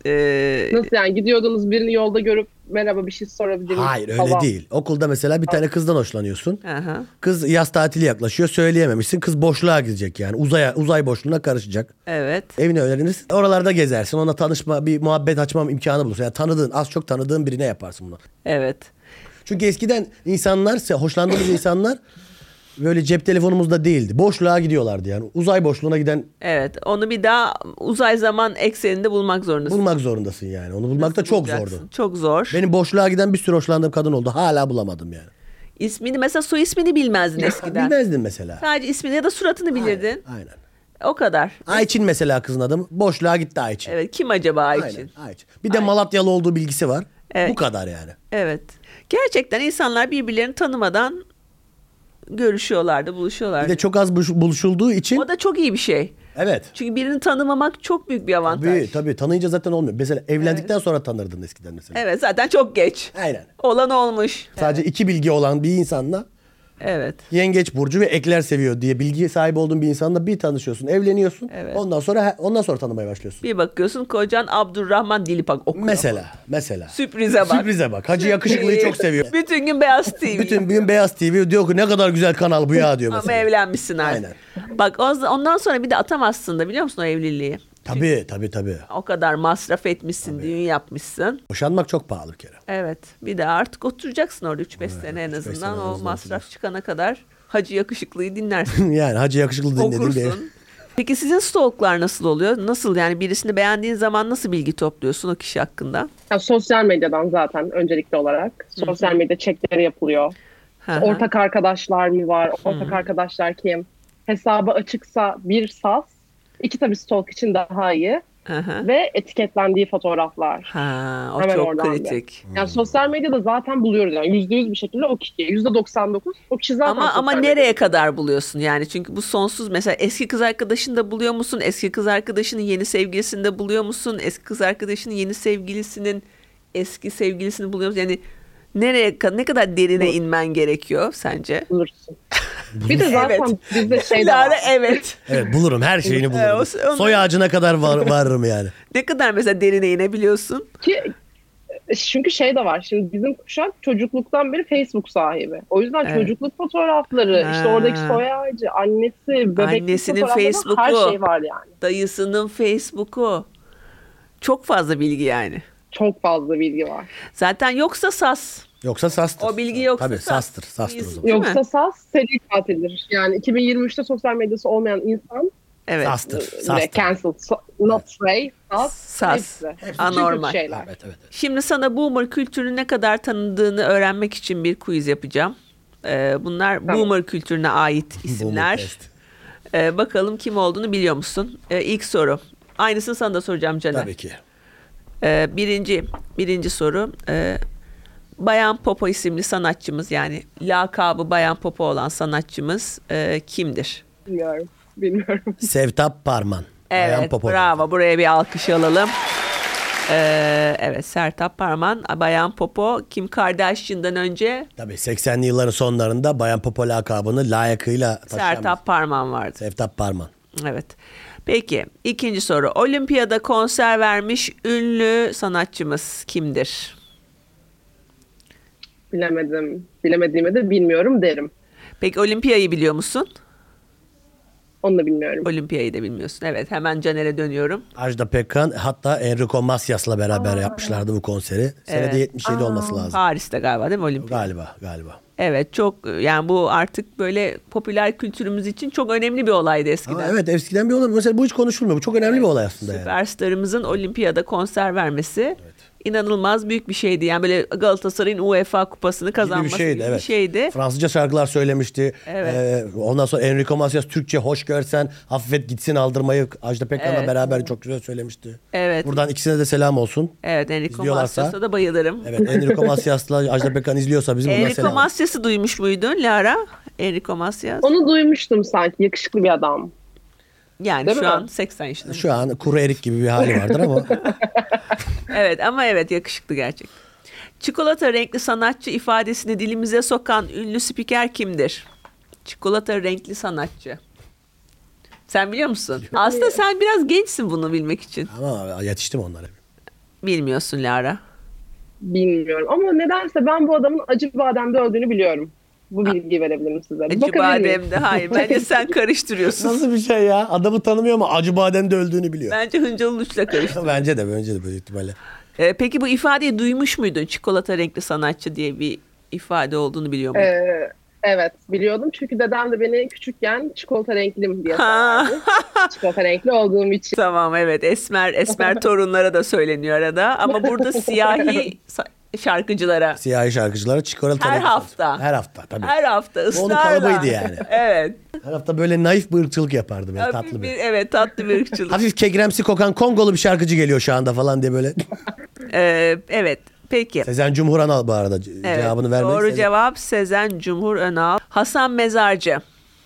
Speaker 3: Nasıl yani gidiyordunuz birini yolda görüp merhaba bir şey sorabilir miyim?
Speaker 2: Hayır öyle
Speaker 3: falan.
Speaker 2: değil. Okulda mesela bir tane kızdan hoşlanıyorsun.
Speaker 1: Aha.
Speaker 2: Kız yaz tatili yaklaşıyor söyleyememişsin. Kız boşluğa gidecek yani uzay boşluğuna karışacak.
Speaker 1: Evet.
Speaker 2: Evine öğreniriz. Oralarda gezersin. Ona tanışma, bir muhabbet açma imkanı bulursun. Yani tanıdığın, az çok tanıdığın birine yaparsın bunu.
Speaker 1: Evet.
Speaker 2: Çünkü eskiden insanlar, hoşlandığımız insanlar böyle cep telefonumuzda değildi. Boşluğa gidiyorlardı yani. Uzay boşluğuna giden
Speaker 1: Evet. Onu bir daha uzay zaman ekseninde bulmak zorundasın.
Speaker 2: bulmak zorundasın yani. Onu bulmak da
Speaker 1: Nasıl
Speaker 2: çok
Speaker 1: bulacaksın?
Speaker 2: zordu.
Speaker 1: Çok zor.
Speaker 2: Benim boşluğa giden bir sürü hoşlandığım kadın oldu. Hala bulamadım yani.
Speaker 1: İsmini mesela soy ismini bilmezdin eskiden.
Speaker 2: Bilmezdim mesela.
Speaker 1: Sadece ismini ya da suratını bilirdin.
Speaker 2: Aynen.
Speaker 1: O kadar.
Speaker 2: Ayçin mesela kızın adı. Boşluğa gitti Ayçin.
Speaker 1: Evet. Kim acaba
Speaker 2: Aynen,
Speaker 1: için?
Speaker 2: Ayçin. Bir de Malatyalı olduğu bilgisi var.
Speaker 1: Evet.
Speaker 2: Bu kadar yani.
Speaker 1: Evet. Gerçekten insanlar birbirlerini tanımadan görüşüyorlardı,
Speaker 2: Bir
Speaker 1: buluşuyorlardı.
Speaker 2: de çok az buluşulduğu için.
Speaker 1: O da çok iyi bir şey.
Speaker 2: Evet.
Speaker 1: Çünkü birini tanımamak çok büyük bir avantaj.
Speaker 2: Tabii tanıyınca zaten olmuyor. Mesela evlendikten sonra tanırdın eskiden mesela.
Speaker 1: Evet zaten çok geç.
Speaker 2: Aynen.
Speaker 1: Olan olmuş.
Speaker 2: Sadece iki bilgi olan bir insanla
Speaker 1: Evet.
Speaker 2: yengeç burcu ve ekler seviyor diye bilgi sahibi olduğun bir insanla bir tanışıyorsun, evleniyorsun.
Speaker 1: Evet.
Speaker 2: Ondan sonra tanımaya başlıyorsun.
Speaker 1: Bir bakıyorsun kocan Abdurrahman Dilipak okuyor.
Speaker 2: Mesela.
Speaker 1: Sürprize bak.
Speaker 2: Sürprize bak. Hacı Yakışıklı'yı çok seviyor.
Speaker 1: Bütün gün Beyaz TV.
Speaker 2: Bütün gün Beyaz TV diyor ki ne kadar güzel kanal bu ya diyor
Speaker 1: Ama
Speaker 2: mesela.
Speaker 1: evlenmişsin artık. Bak ondan sonra bir de atamazsın da biliyor musun o evliliği?
Speaker 2: Tabii.
Speaker 1: O kadar masraf etmişsin, düğün yapmışsın.
Speaker 2: Boşanmak çok pahalı bir kere.
Speaker 1: Evet. Bir de artık oturacaksın orada 3-5 sene en
Speaker 2: 3-5
Speaker 1: azından.
Speaker 2: sene en
Speaker 1: O
Speaker 2: azından
Speaker 1: masraf çıkana kadar Hacı Yakışıklı'yı dinlersin.
Speaker 2: Yani Hacı Yakışıklı dinlediğim bir
Speaker 1: Okursun. Peki sizin stalklar nasıl oluyor? Nasıl yani birisini beğendiğin zaman nasıl bilgi topluyorsun o kişi hakkında?
Speaker 3: Yani sosyal medyadan zaten öncelikli olarak. Sosyal medya checkleri yapılıyor.
Speaker 1: Hı hı.
Speaker 3: Ortak arkadaşlar mı var? Ortak arkadaşlar kim? Hesabı açıksa bir sas. 2 tabii stalk için daha iyi.
Speaker 1: Hı hı.
Speaker 3: Ve etiketlendiği fotoğraflar.
Speaker 1: Ha, o
Speaker 3: Hemen
Speaker 1: çok
Speaker 3: oradan
Speaker 1: kritik.
Speaker 3: Yani sosyal medyada zaten buluyoruz yani %100 bir şekilde o kişiyi. %99 o kişi zaten
Speaker 1: Ama
Speaker 3: sosyal
Speaker 1: nereye
Speaker 3: medyada.
Speaker 1: kadar buluyorsun yani? Çünkü bu sonsuz mesela eski kız arkadaşını da buluyor musun? Eski kız arkadaşının yeni sevgilisini de buluyor musun? Eski kız arkadaşının yeni sevgilisinin eski sevgilisini buluyor musun? Yani ne kadar derine inmen gerekiyor sence?
Speaker 3: Bulursun. Bir de zaten
Speaker 1: Evet.
Speaker 3: bizde şey de
Speaker 1: Lara
Speaker 3: var.
Speaker 1: evet.
Speaker 2: Evet bulurum, her şeyini bulurum.
Speaker 1: onu-
Speaker 2: Soy ağacına kadar varırım yani.
Speaker 1: Ne kadar mesela derine inebiliyorsun?
Speaker 3: Ki çünkü şey de var. Şimdi bizim kuşak çocukluktan beri Facebook sahibi. O yüzden
Speaker 1: Evet.
Speaker 3: çocukluk fotoğrafları,
Speaker 1: Ha.
Speaker 3: işte oradaki soy ağacı, annesi, bebeklik
Speaker 1: Annesinin
Speaker 3: fotoğrafları,
Speaker 1: Facebook'u.
Speaker 3: her şey var yani.
Speaker 1: Dayısının Facebook'u. Çok fazla bilgi yani.
Speaker 3: Çok fazla bilgi var.
Speaker 1: Zaten yoksa sas.
Speaker 2: Yoksa sastır.
Speaker 1: O bilgi yoksa
Speaker 2: Tabii sastır o zaman.
Speaker 1: Değil
Speaker 3: Yoksa
Speaker 1: mi?
Speaker 3: sas seri katildir. Yani 2023'te sosyal medyası olmayan insan
Speaker 1: Evet.
Speaker 2: Sastır.
Speaker 3: cancelled. Not stray,
Speaker 1: Sas.
Speaker 3: hepsi.
Speaker 1: Anormal.
Speaker 3: Bütün şeyler.
Speaker 2: Evet.
Speaker 1: Şimdi sana boomer kültürünü ne kadar tanıdığını öğrenmek için bir quiz yapacağım. Bunlar
Speaker 3: Tamam.
Speaker 1: boomer kültürüne ait
Speaker 2: Boomer
Speaker 1: isimler.
Speaker 2: test.
Speaker 1: Bakalım kim olduğunu biliyor musun? İlk soru. Aynısını sana da soracağım Caner.
Speaker 2: Tabii ki.
Speaker 1: Birinci soru. Bayan Popo isimli sanatçımız, yani lakabı Bayan Popo olan sanatçımız kimdir?
Speaker 3: Bilmiyorum.
Speaker 2: Sevtap Parman. Bayan
Speaker 1: Evet,
Speaker 2: Popo.
Speaker 1: bravo. Buraya bir alkış alalım. Evet, Sertab Parman, Bayan Popo, Kim Kardashian'dan önce
Speaker 2: Tabii 80'li yılların sonlarında Bayan Popo lakabını layıkıyla taşıyan
Speaker 1: Sertab Parman vardı.
Speaker 2: Sevtap Parman.
Speaker 1: Evet. Peki, ikinci soru. Olimpiyada konser vermiş ünlü sanatçımız kimdir?
Speaker 3: Bilemedim. Bilemediğimi de bilmiyorum derim.
Speaker 1: Peki Olimpiyayı biliyor musun?
Speaker 3: Onu da bilmiyorum.
Speaker 1: Olimpiyayı da bilmiyorsun. Evet, hemen Caner'e dönüyorum.
Speaker 2: Ajda Pekkan hatta Enrico Macias'la beraber yapmışlardı bu konseri. Senede
Speaker 1: Evet.
Speaker 2: 77 olması lazım.
Speaker 1: Paris'te galiba değil mi Olimpiya?
Speaker 2: Galiba.
Speaker 1: Evet, çok, yani bu artık böyle popüler kültürümüz için çok önemli bir olaydı eskiden.
Speaker 2: Ama evet, eskiden bir olay. Mesela bu hiç konuşulmuyor. Bu çok önemli bir olay aslında yani.
Speaker 1: Süperstarımızın Olimpiyada konser vermesi inanılmaz büyük bir şeydi. Yani böyle Galatasaray'ın UEFA kupasını kazanması
Speaker 2: gibi bir şeydi. Fransızca şarkılar söylemişti.
Speaker 1: Evet.
Speaker 2: Ondan sonra Enrico Macias Türkçe hoş görsen affet gitsin aldırmayı Ajda Pekkan'la
Speaker 1: Evet.
Speaker 2: beraber çok güzel söylemişti.
Speaker 1: Evet.
Speaker 2: Buradan ikisine de selam olsun.
Speaker 1: Evet, Enrico
Speaker 2: İzliyorlarsa-
Speaker 1: Macias'a da bayılırım.
Speaker 2: Evet, Enrico Macias'la Ajda Pekkan izliyorsa bizim ona
Speaker 1: Enrico
Speaker 2: selam.
Speaker 1: Macias'ı duymuş muydun Lara? Enrico Macias.
Speaker 3: Onu duymuştum sanki. Yakışıklı bir adam.
Speaker 1: Yani
Speaker 3: Değil
Speaker 1: şu
Speaker 3: mi?
Speaker 1: an 80 yaşında.
Speaker 2: Şu an kuru erik gibi bir hali vardır ama
Speaker 1: Evet, ama evet, yakışıklı gerçek. Çikolata renkli sanatçı ifadesini dilimize sokan ünlü spiker kimdir? Çikolata renkli sanatçı. Sen biliyor musun? Aslında sen biraz gençsin bunu bilmek için.
Speaker 2: ama yetiştim onlara.
Speaker 1: Bilmiyorsun Lara.
Speaker 3: Bilmiyorum. Ama nedense ben bu adamın Acıbadem'de öldüğünü biliyorum. Bu bilgiyi verebilirim size.
Speaker 1: Acı
Speaker 3: Bakabilir miyim?
Speaker 1: bademde hayır. Bence sen karıştırıyorsun.
Speaker 2: Nasıl bir şey ya? Adamı tanımıyor ama Acıbadem'de öldüğünü biliyor.
Speaker 1: Bence Hıncal Uluç'la karıştırıyorsun.
Speaker 2: Bence de böyle ihtimalle.
Speaker 1: Peki bu ifadeyi duymuş muydun? Çikolata renkli sanatçı diye bir ifade olduğunu biliyor muydun?
Speaker 3: Evet biliyordum. Çünkü dedem de beni küçükken çikolata renklim diye
Speaker 1: Ha.
Speaker 3: severdi. Çikolata renkli olduğum için.
Speaker 1: Tamam, evet, esmer torunlara da söyleniyor arada. Ama burada siyahi şarkıcılara
Speaker 2: Siyahi şarkıcılara çikolata
Speaker 1: her
Speaker 2: renkli
Speaker 1: hafta.
Speaker 2: sanatçı. Her hafta tabii.
Speaker 1: Her hafta
Speaker 2: Onun
Speaker 1: ısrarla.
Speaker 2: kalıbıydı yani.
Speaker 1: Evet.
Speaker 2: Her hafta böyle naif bir ırkçılık yapardı böyle
Speaker 1: Hafif
Speaker 2: tatlı bir.
Speaker 1: Evet, tatlı bir ırkçılık.
Speaker 2: Hafif kekremsi kokan Kongolu bir şarkıcı geliyor şu anda falan diye böyle.
Speaker 1: Evet. Peki.
Speaker 2: Sezen Cumhur Anal bu arada
Speaker 1: Evet,
Speaker 2: cevabını vermek
Speaker 1: doğru
Speaker 2: istedi.
Speaker 1: cevap Sezen Cumhur Önal. Hasan Mezarcı.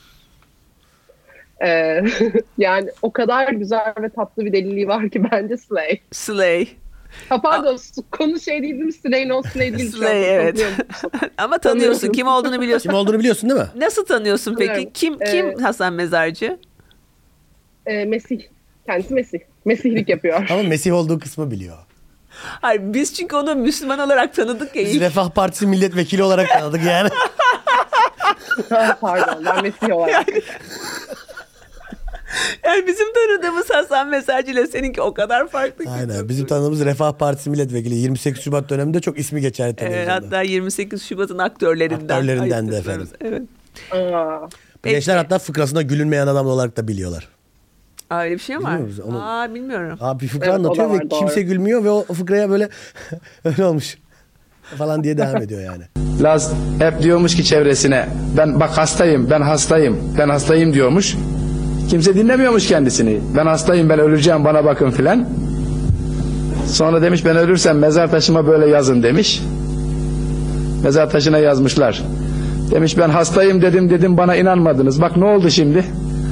Speaker 3: Yani o kadar güzel ve tatlı bir deliliği var ki bence Slay.
Speaker 1: Slay.
Speaker 3: Ha pardon konu şey değil mi? Slay no Slay değil. şu an.
Speaker 1: Slay, evet.
Speaker 3: Tanıyorum.
Speaker 1: Ama tanıyorsun.
Speaker 3: Tanıyorum.
Speaker 1: Kim olduğunu biliyorsun.
Speaker 2: Kim olduğunu biliyorsun değil mi?
Speaker 1: Nasıl tanıyorsun peki?
Speaker 3: Tanıyorum.
Speaker 1: Kim Hasan Mezarcı?
Speaker 3: Mesih. Kendisi Mesih. Mesihlik yapıyor.
Speaker 2: Ama Mesih olduğu kısmı biliyor.
Speaker 1: Hayır, biz çünkü onu Müslüman olarak tanıdık ya.
Speaker 2: Biz
Speaker 1: ilk.
Speaker 2: Refah Partisi milletvekili olarak tanıdık yani.
Speaker 3: Pardon ben Mesih olarak.
Speaker 1: Yani bizim tanıdığımız Hasan Mezarcı ile seninki o kadar farklı ki.
Speaker 2: Aynen. Bizim tanıdığımız Refah Partisi milletvekili 28 Şubat döneminde çok ismi geçer televizyonda.
Speaker 1: Hatta 28 Şubat'ın aktörlerinden.
Speaker 2: Aktörlerinden de
Speaker 1: Ayıptır
Speaker 2: efendim.
Speaker 1: Evet.
Speaker 3: Aa,
Speaker 1: Peki.
Speaker 2: Gençler hatta fıkrasında gülünmeyen adam olarak da biliyorlar.
Speaker 1: Aa, öyle bir şey mi var?
Speaker 2: Bilmiyor musun? Onu-
Speaker 1: Bilmiyorum.
Speaker 2: Abi bir fıkra
Speaker 3: Evet, o da
Speaker 2: anlatıyor ve
Speaker 3: var, doğru.
Speaker 2: kimse gülmüyor ve o fıkraya böyle öyle olmuş falan diye devam ediyor yani.
Speaker 6: Laz hep diyormuş ki çevresine ben bak hastayım, ben hastayım, ben hastayım diyormuş. Kimse dinlemiyormuş kendisini. Ben hastayım, ben öleceğim, bana bakın filan. Sonra demiş ben ölürsem mezar taşıma böyle yazın demiş. Mezar taşına yazmışlar. Demiş ben hastayım dedim bana inanmadınız. Bak ne oldu şimdi?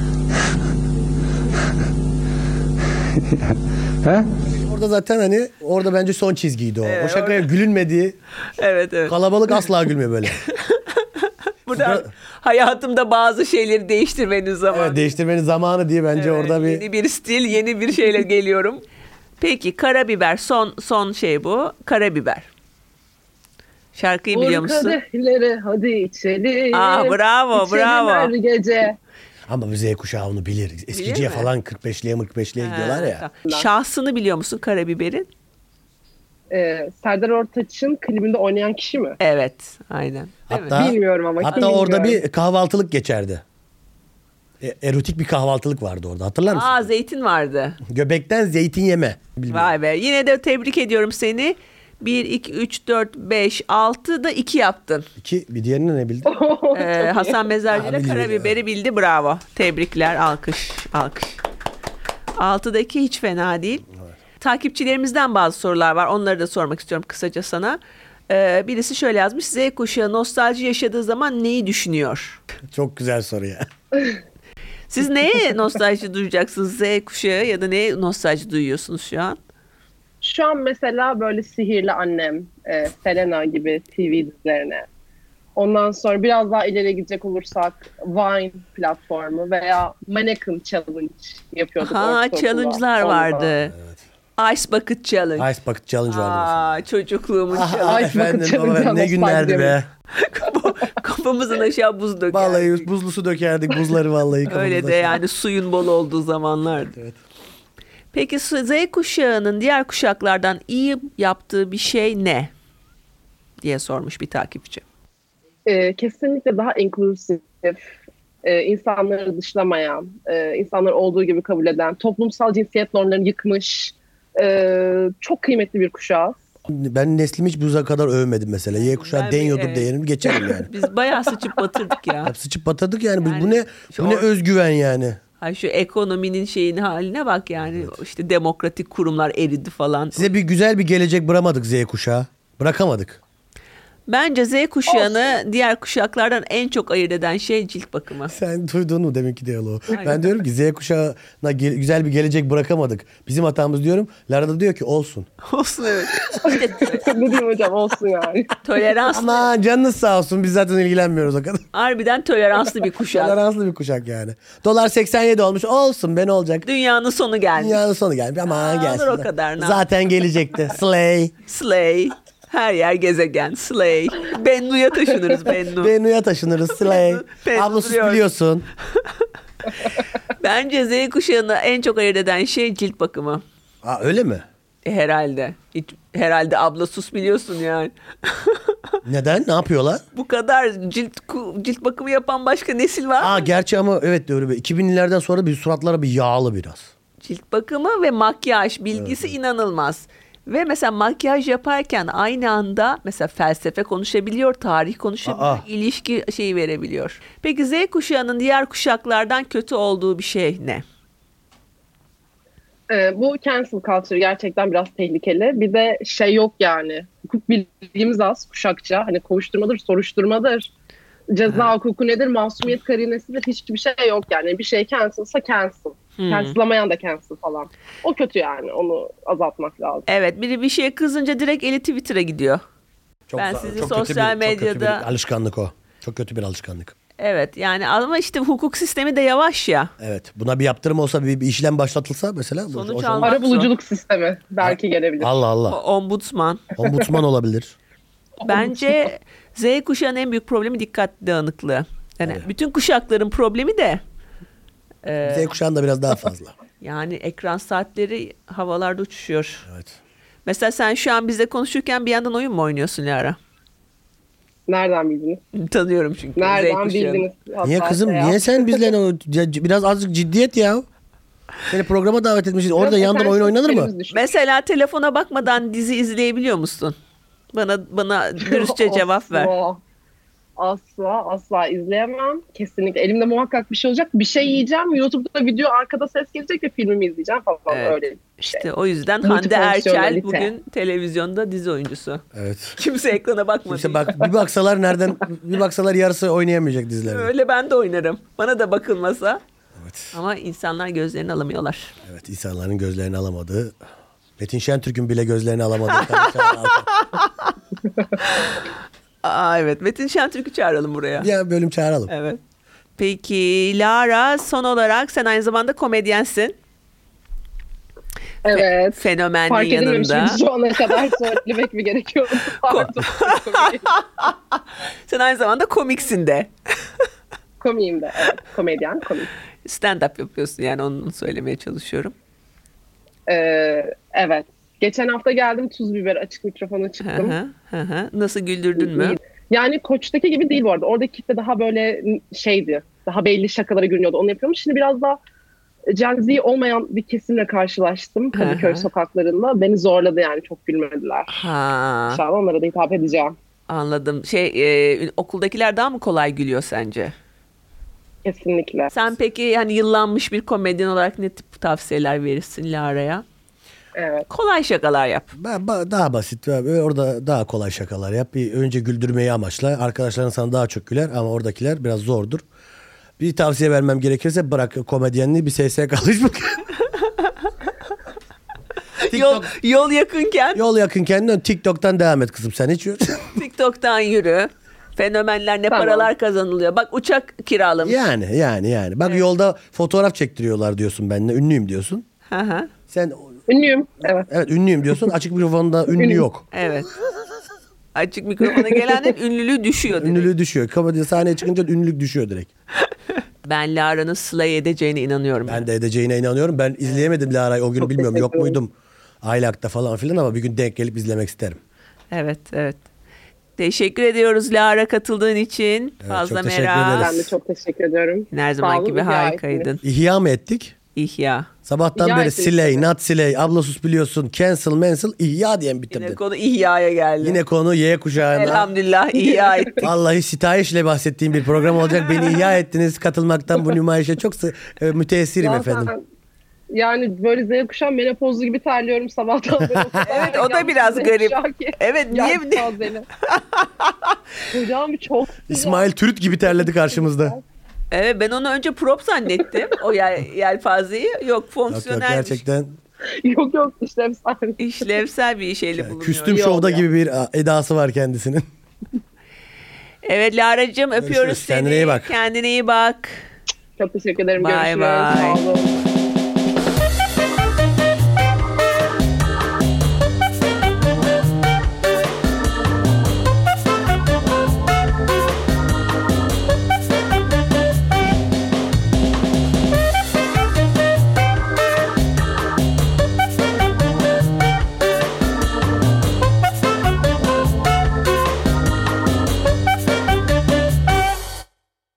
Speaker 6: He?
Speaker 2: Orada zaten hani orada bence son çizgiydi o. O şakaya gülünmediği
Speaker 1: Evet.
Speaker 2: kalabalık asla gülmüyor böyle.
Speaker 1: Burada hayatımda bazı şeyleri değiştirmenin zamanı.
Speaker 2: Evet, değiştirmenin zamanı diye bence
Speaker 1: Evet,
Speaker 2: orada bir...
Speaker 1: yeni bir stil, yeni bir şeyle geliyorum. Peki karabiber son şey bu. Karabiber. Şarkıyı biliyor musun?
Speaker 3: kadehleri hadi içelim.
Speaker 1: Bravo,
Speaker 3: İçelim
Speaker 1: bravo.
Speaker 3: her gece.
Speaker 2: Ama Z kuşağı onu bilir. Eskiciye
Speaker 1: mi?
Speaker 2: falan 45'liye gidiyorlar ya.
Speaker 1: Şahsını biliyor musun karabiberin?
Speaker 3: Serdar Ortaç'ın klibinde oynayan kişi mi?
Speaker 1: Evet, aynen. Değil mi?
Speaker 2: Hatta,
Speaker 3: Bilmiyorum ama
Speaker 2: hatta
Speaker 3: bilmiyorum.
Speaker 2: orada bir kahvaltılık geçerdi. Erotik bir kahvaltılık vardı orada. Hatırlar mısın?
Speaker 1: Zeytin vardı.
Speaker 2: Göbekten zeytin yeme. Bilmiyorum.
Speaker 1: Vay be. Yine de tebrik ediyorum seni. 1, 2, 3, 4, 5, 6 da 2 yaptın.
Speaker 2: Bir diğerini ne bildin?
Speaker 1: Hasan Mezarcı ile
Speaker 2: biliyor,
Speaker 1: karabiberi bildi. Bravo. Tebrikler. Alkış. 6'daki hiç fena değil. Evet. Takipçilerimizden bazı sorular var. Onları da sormak istiyorum kısaca sana. Birisi şöyle yazmış. Z kuşağı nostalji yaşadığı zaman neyi düşünüyor?
Speaker 2: Çok güzel soru ya.
Speaker 1: Siz neye nostalji duyacaksınız? Z kuşağı ya da neye nostalji duyuyorsunuz şu an?
Speaker 3: Şu an mesela böyle Sihirli Annem, Selena gibi TV dizilerine. Ondan sonra biraz daha ileriye gidecek olursak Vine platformu veya Mannequin Challenge yapıyorduk.
Speaker 1: Challenge'lar vardı. Evet. Ice Bucket Challenge.
Speaker 2: Ice Bucket Challenge vardı.
Speaker 1: Çocukluğumun challenge.
Speaker 2: Efendim baba, ne günlerdi be.
Speaker 1: Kafamızın aşağı buz dökerdik.
Speaker 2: Vallahi buzlu su dökerdik. Buzları vallahi kafamızda.
Speaker 1: Öyle de yani suyun bol olduğu zamanlardı.
Speaker 2: Evet.
Speaker 1: Peki Z kuşağının diğer kuşaklardan iyi yaptığı bir şey ne? Diye sormuş bir takipçi.
Speaker 3: Kesinlikle daha inklusif, insanları dışlamayan, insanları olduğu gibi kabul eden, toplumsal cinsiyet normlarını yıkmış, çok kıymetli bir kuşağız.
Speaker 2: Ben neslimi hiç bu kadar övmedim mesela. Y kuşağı deniyordur değerini geçerim yani.
Speaker 1: Biz bayağı sıçıp batırdık ya.
Speaker 2: Sıçıp batırdık yani. Bu ne özgüven yani.
Speaker 1: Ay şu ekonominin haline bak yani. Evet. İşte demokratik kurumlar eridi falan.
Speaker 2: Size güzel bir gelecek bırakamadık Z kuşağı. Bırakamadık.
Speaker 1: Bence Z kuşağını diğer kuşaklardan en çok ayırt eden şey cilt bakımı.
Speaker 2: Sen duydun mu deminki diyaloğu? Ben diyorum ki Z kuşağına güzel bir gelecek bırakamadık. Bizim hatamız diyorum. Lara da diyor ki olsun.
Speaker 1: Olsun evet.
Speaker 3: Ne diyeyim hocam, olsun yani.
Speaker 1: Toleranslı.
Speaker 2: Ama canınız sağ olsun, biz zaten ilgilenmiyoruz o kadar.
Speaker 1: Harbiden toleranslı bir kuşak.
Speaker 2: Toleranslı bir kuşak yani. Dolar 87 olmuş, olsun be ne olacak?
Speaker 1: Dünyanın sonu gelmiş.
Speaker 2: Dünyanın sonu gelmiş ama gelsin.
Speaker 1: Olur o kadar.
Speaker 2: Zaten gelecekti. Slay.
Speaker 1: Her yer gezegen. Slay. Bennu'ya taşınırız Bennu.
Speaker 2: Bennu'ya taşınırız. Slay. Ablasız biliyorsun.
Speaker 1: Bence Z kuşağını en çok ayırt eden şey cilt bakımı.
Speaker 2: Öyle mi?
Speaker 1: Herhalde. Herhalde ablasız biliyorsun yani.
Speaker 2: Neden? Ne yapıyorlar?
Speaker 1: Bu kadar cilt bakımı yapan başka nesil var mı?
Speaker 2: Gerçi ama evet doğru. 2000'lerden sonra bir suratlara bir yağlı biraz.
Speaker 1: Cilt bakımı ve makyaj bilgisi inanılmaz. Ve mesela makyaj yaparken aynı anda mesela felsefe konuşabiliyor, tarih konuşabiliyor, ilişki verebiliyor. Peki Z kuşağının diğer kuşaklardan kötü olduğu bir şey ne?
Speaker 3: Bu cancel culture gerçekten biraz tehlikeli. Bir de yok yani. Hukuk bilgimiz az kuşakça. Hani kovuşturmadır, soruşturmadır. Ceza hukuku nedir, masumiyet karinesidir, hiçbir şey yok yani. Bir şey cancel'sa cancel. Cancel'lamayan da cancel falan. O kötü yani, onu azaltmak lazım.
Speaker 1: Evet, biri bir şeye kızınca direkt eli Twitter'a gidiyor. Sizi sosyal medyada... Çok kötü
Speaker 2: bir alışkanlık o. Çok kötü bir alışkanlık.
Speaker 1: Evet yani ama işte hukuk sistemi de yavaş ya.
Speaker 2: Evet, buna bir yaptırım olsa, bir işlem başlatılsa mesela.
Speaker 1: Sonuç almak
Speaker 3: arabuluculuk sistemi belki gelebilir.
Speaker 2: Allah.
Speaker 1: Ombudsman
Speaker 2: olabilir.
Speaker 1: Bence Z kuşağının en büyük problemi dikkat dağınıklığı. Yani bütün kuşakların problemi de
Speaker 2: Z kuşağında biraz daha fazla.
Speaker 1: Yani ekran saatleri havalarda uçuşuyor.
Speaker 2: Evet.
Speaker 1: Mesela sen şu an bizle konuşurken bir yandan oyun mu oynuyorsun Lara?
Speaker 3: Nereden bildiniz?
Speaker 1: Tanıyorum çünkü.
Speaker 3: Nereden bildiniz?
Speaker 2: Niye kızım? Niye sen bizle biraz azıcık ciddiyet ya? Seni programa davet etmişiz. Orada yandan oyun oynanır mı?
Speaker 1: Mesela telefona bakmadan dizi izleyebiliyor musun? Bana dürüstçe cevap ver.
Speaker 3: Asla izleyemem. Kesinlikle. Elimde muhakkak bir şey olacak. Bir şey yiyeceğim. YouTube'da video arkada ses gelecek ve filmimi izleyeceğim falan.
Speaker 1: Evet.
Speaker 3: Öyle bir şey.
Speaker 1: İşte o yüzden Hande Erçel bugün televizyonda dizi oyuncusu.
Speaker 2: Evet.
Speaker 1: Kimse ekrana bakmadı.
Speaker 2: Bir baksalar yarısı oynayamayacak diziler.
Speaker 1: Öyle ben de oynarım. Bana da bakılmasa.
Speaker 2: Evet.
Speaker 1: Ama insanlar gözlerini alamıyorlar.
Speaker 2: Evet, insanların gözlerini alamadığı. Metin Şentürk'ün bile gözlerini alamadığı.
Speaker 1: Aa, evet. Metin Şentürk'ü çağıralım buraya.
Speaker 2: Bir bölüm çağıralım.
Speaker 1: Evet. Peki Lara, son olarak sen aynı zamanda komedyensin.
Speaker 3: Evet.
Speaker 1: Fenomenliğin
Speaker 3: Fark edilmemiş
Speaker 1: yanında.
Speaker 3: şu ana kadar söylemek mi gerekiyordu? Pardon.
Speaker 1: Sen aynı zamanda komiksin de.
Speaker 3: Komiyim de. Evet. Komedyen, komik.
Speaker 1: Stand-up yapıyorsun yani, onu söylemeye çalışıyorum.
Speaker 3: Evet. Geçen hafta geldim, tuz biber açık mikrofona
Speaker 1: Hı
Speaker 3: çıktım.
Speaker 1: hı, hı hı. Nasıl, güldürdün mü?
Speaker 3: Yani Koç'taki gibi değil bu arada. Oradaki kitle daha böyle şeydi. Daha belli şakalara gülüyordu. Onu yapıyormuş. Şimdi biraz daha Gen Z olmayan bir kesimle karşılaştım Kadıköy
Speaker 1: Hı hı.
Speaker 3: sokaklarında. Beni zorladı yani. Çok gülmediler.
Speaker 1: Ha,
Speaker 3: İnşallah onlara da hitap edeceğim.
Speaker 1: anladım. Okuldakiler daha mı kolay gülüyor sence?
Speaker 3: Kesinlikle.
Speaker 1: Sen peki yani yıllanmış bir komedyen olarak ne tip tavsiyeler verirsin Lara'ya?
Speaker 3: Evet.
Speaker 1: Kolay şakalar yap.
Speaker 2: Daha basit ve orada daha kolay şakalar yap. Bir önce güldürmeyi amaçla. Arkadaşların sana daha çok güler ama oradakiler biraz zordur. Bir tavsiye vermem gerekirse bırak komedyenliği, bir SSK'lış bak.
Speaker 1: Yol yakınken
Speaker 2: Yol yakınken TikTok'tan devam et kızım, sen hiç.
Speaker 1: TikTok'tan yürü. Fenomenler ne
Speaker 3: Tamam.
Speaker 1: paralar kazanılıyor. Bak, uçak kiralamış.
Speaker 2: Yani. Bak yolda fotoğraf çektiriyorlar diyorsun benimle. Ünlüyüm diyorsun.
Speaker 1: Hı hı.
Speaker 2: Sen
Speaker 3: Ünlüyüm. Evet.
Speaker 2: evet ünlüyüm diyorsun. Açık mikrofonda ünlü
Speaker 3: Ünlüyüm.
Speaker 2: yok.
Speaker 1: Evet. Açık mikrofona gelen hep ünlülüğü düşüyor direkt.
Speaker 2: Ünlülüğü düşüyor. Komedi sahneye çıkınca ünlülük düşüyor direkt.
Speaker 1: Ben Lara'nın slay edeceğine inanıyorum.
Speaker 2: Ben de edeceğine inanıyorum. Ben izleyemedim Lara'yı o gün,
Speaker 3: Çok
Speaker 2: bilmiyorum yok
Speaker 3: teşekkür
Speaker 2: muydum Aylak'ta falan filan, ama bir gün denk gelip izlemek isterim.
Speaker 1: Evet. Teşekkür ediyoruz Lara, katıldığın için.
Speaker 2: Evet,
Speaker 1: Fazla
Speaker 2: çok teşekkür
Speaker 1: merak.
Speaker 2: ederiz.
Speaker 3: Ben de çok teşekkür ediyorum.
Speaker 1: Her
Speaker 3: Sağ
Speaker 1: zaman
Speaker 3: olun,
Speaker 1: gibi
Speaker 3: ihya
Speaker 1: harikaydın.
Speaker 3: ettiniz.
Speaker 2: İhya mı ettik?
Speaker 1: İhya.
Speaker 2: Sabahtan
Speaker 3: İhya
Speaker 2: beri
Speaker 3: ettiniz
Speaker 2: Slay,
Speaker 3: tabii.
Speaker 2: not Slay, ablasus biliyorsun, cancel, ihya diye mi bitirdin?
Speaker 1: Yine konu ihyaya geldi.
Speaker 2: Yine konu Y kuşağına.
Speaker 1: Elhamdülillah ihya ettik.
Speaker 2: Vallahi sitayişle bahsettiğim bir program olacak. Beni ihya ettiniz. Katılmaktan bu nümayişe çok müteessirim
Speaker 3: Zaten
Speaker 2: efendim.
Speaker 3: yani böyle Z kuşağı menopozlu gibi terliyorum sabahtan beri.
Speaker 1: Evet, o da
Speaker 3: Yanlış
Speaker 1: biraz
Speaker 3: Z
Speaker 1: garip.
Speaker 3: kuşağı ki.
Speaker 1: Evet, niye?
Speaker 3: Yelpazeli. Hocam çok güzel.
Speaker 2: İsmail Türüt gibi terledi karşımızda.
Speaker 1: Evet, ben onu önce prop zannettim. O yelpazeyi. Yok,
Speaker 2: Yok
Speaker 1: fonksiyonel
Speaker 2: gerçekten
Speaker 3: Yok işlevsel.
Speaker 1: işlevsel bir şeyle bulunuyor.
Speaker 2: küstüm
Speaker 3: İyi
Speaker 2: şovda
Speaker 3: oldu ya.
Speaker 2: gibi bir edası var kendisinin.
Speaker 1: Evet Lara'cığım, öpüyoruz
Speaker 2: Görüşürüz.
Speaker 1: seni.
Speaker 2: Kendine iyi bak.
Speaker 1: Kendine iyi bak.
Speaker 3: Çok teşekkür ederim.
Speaker 1: Bye
Speaker 3: Görüşürüz.
Speaker 1: bye.
Speaker 3: Sağ olun.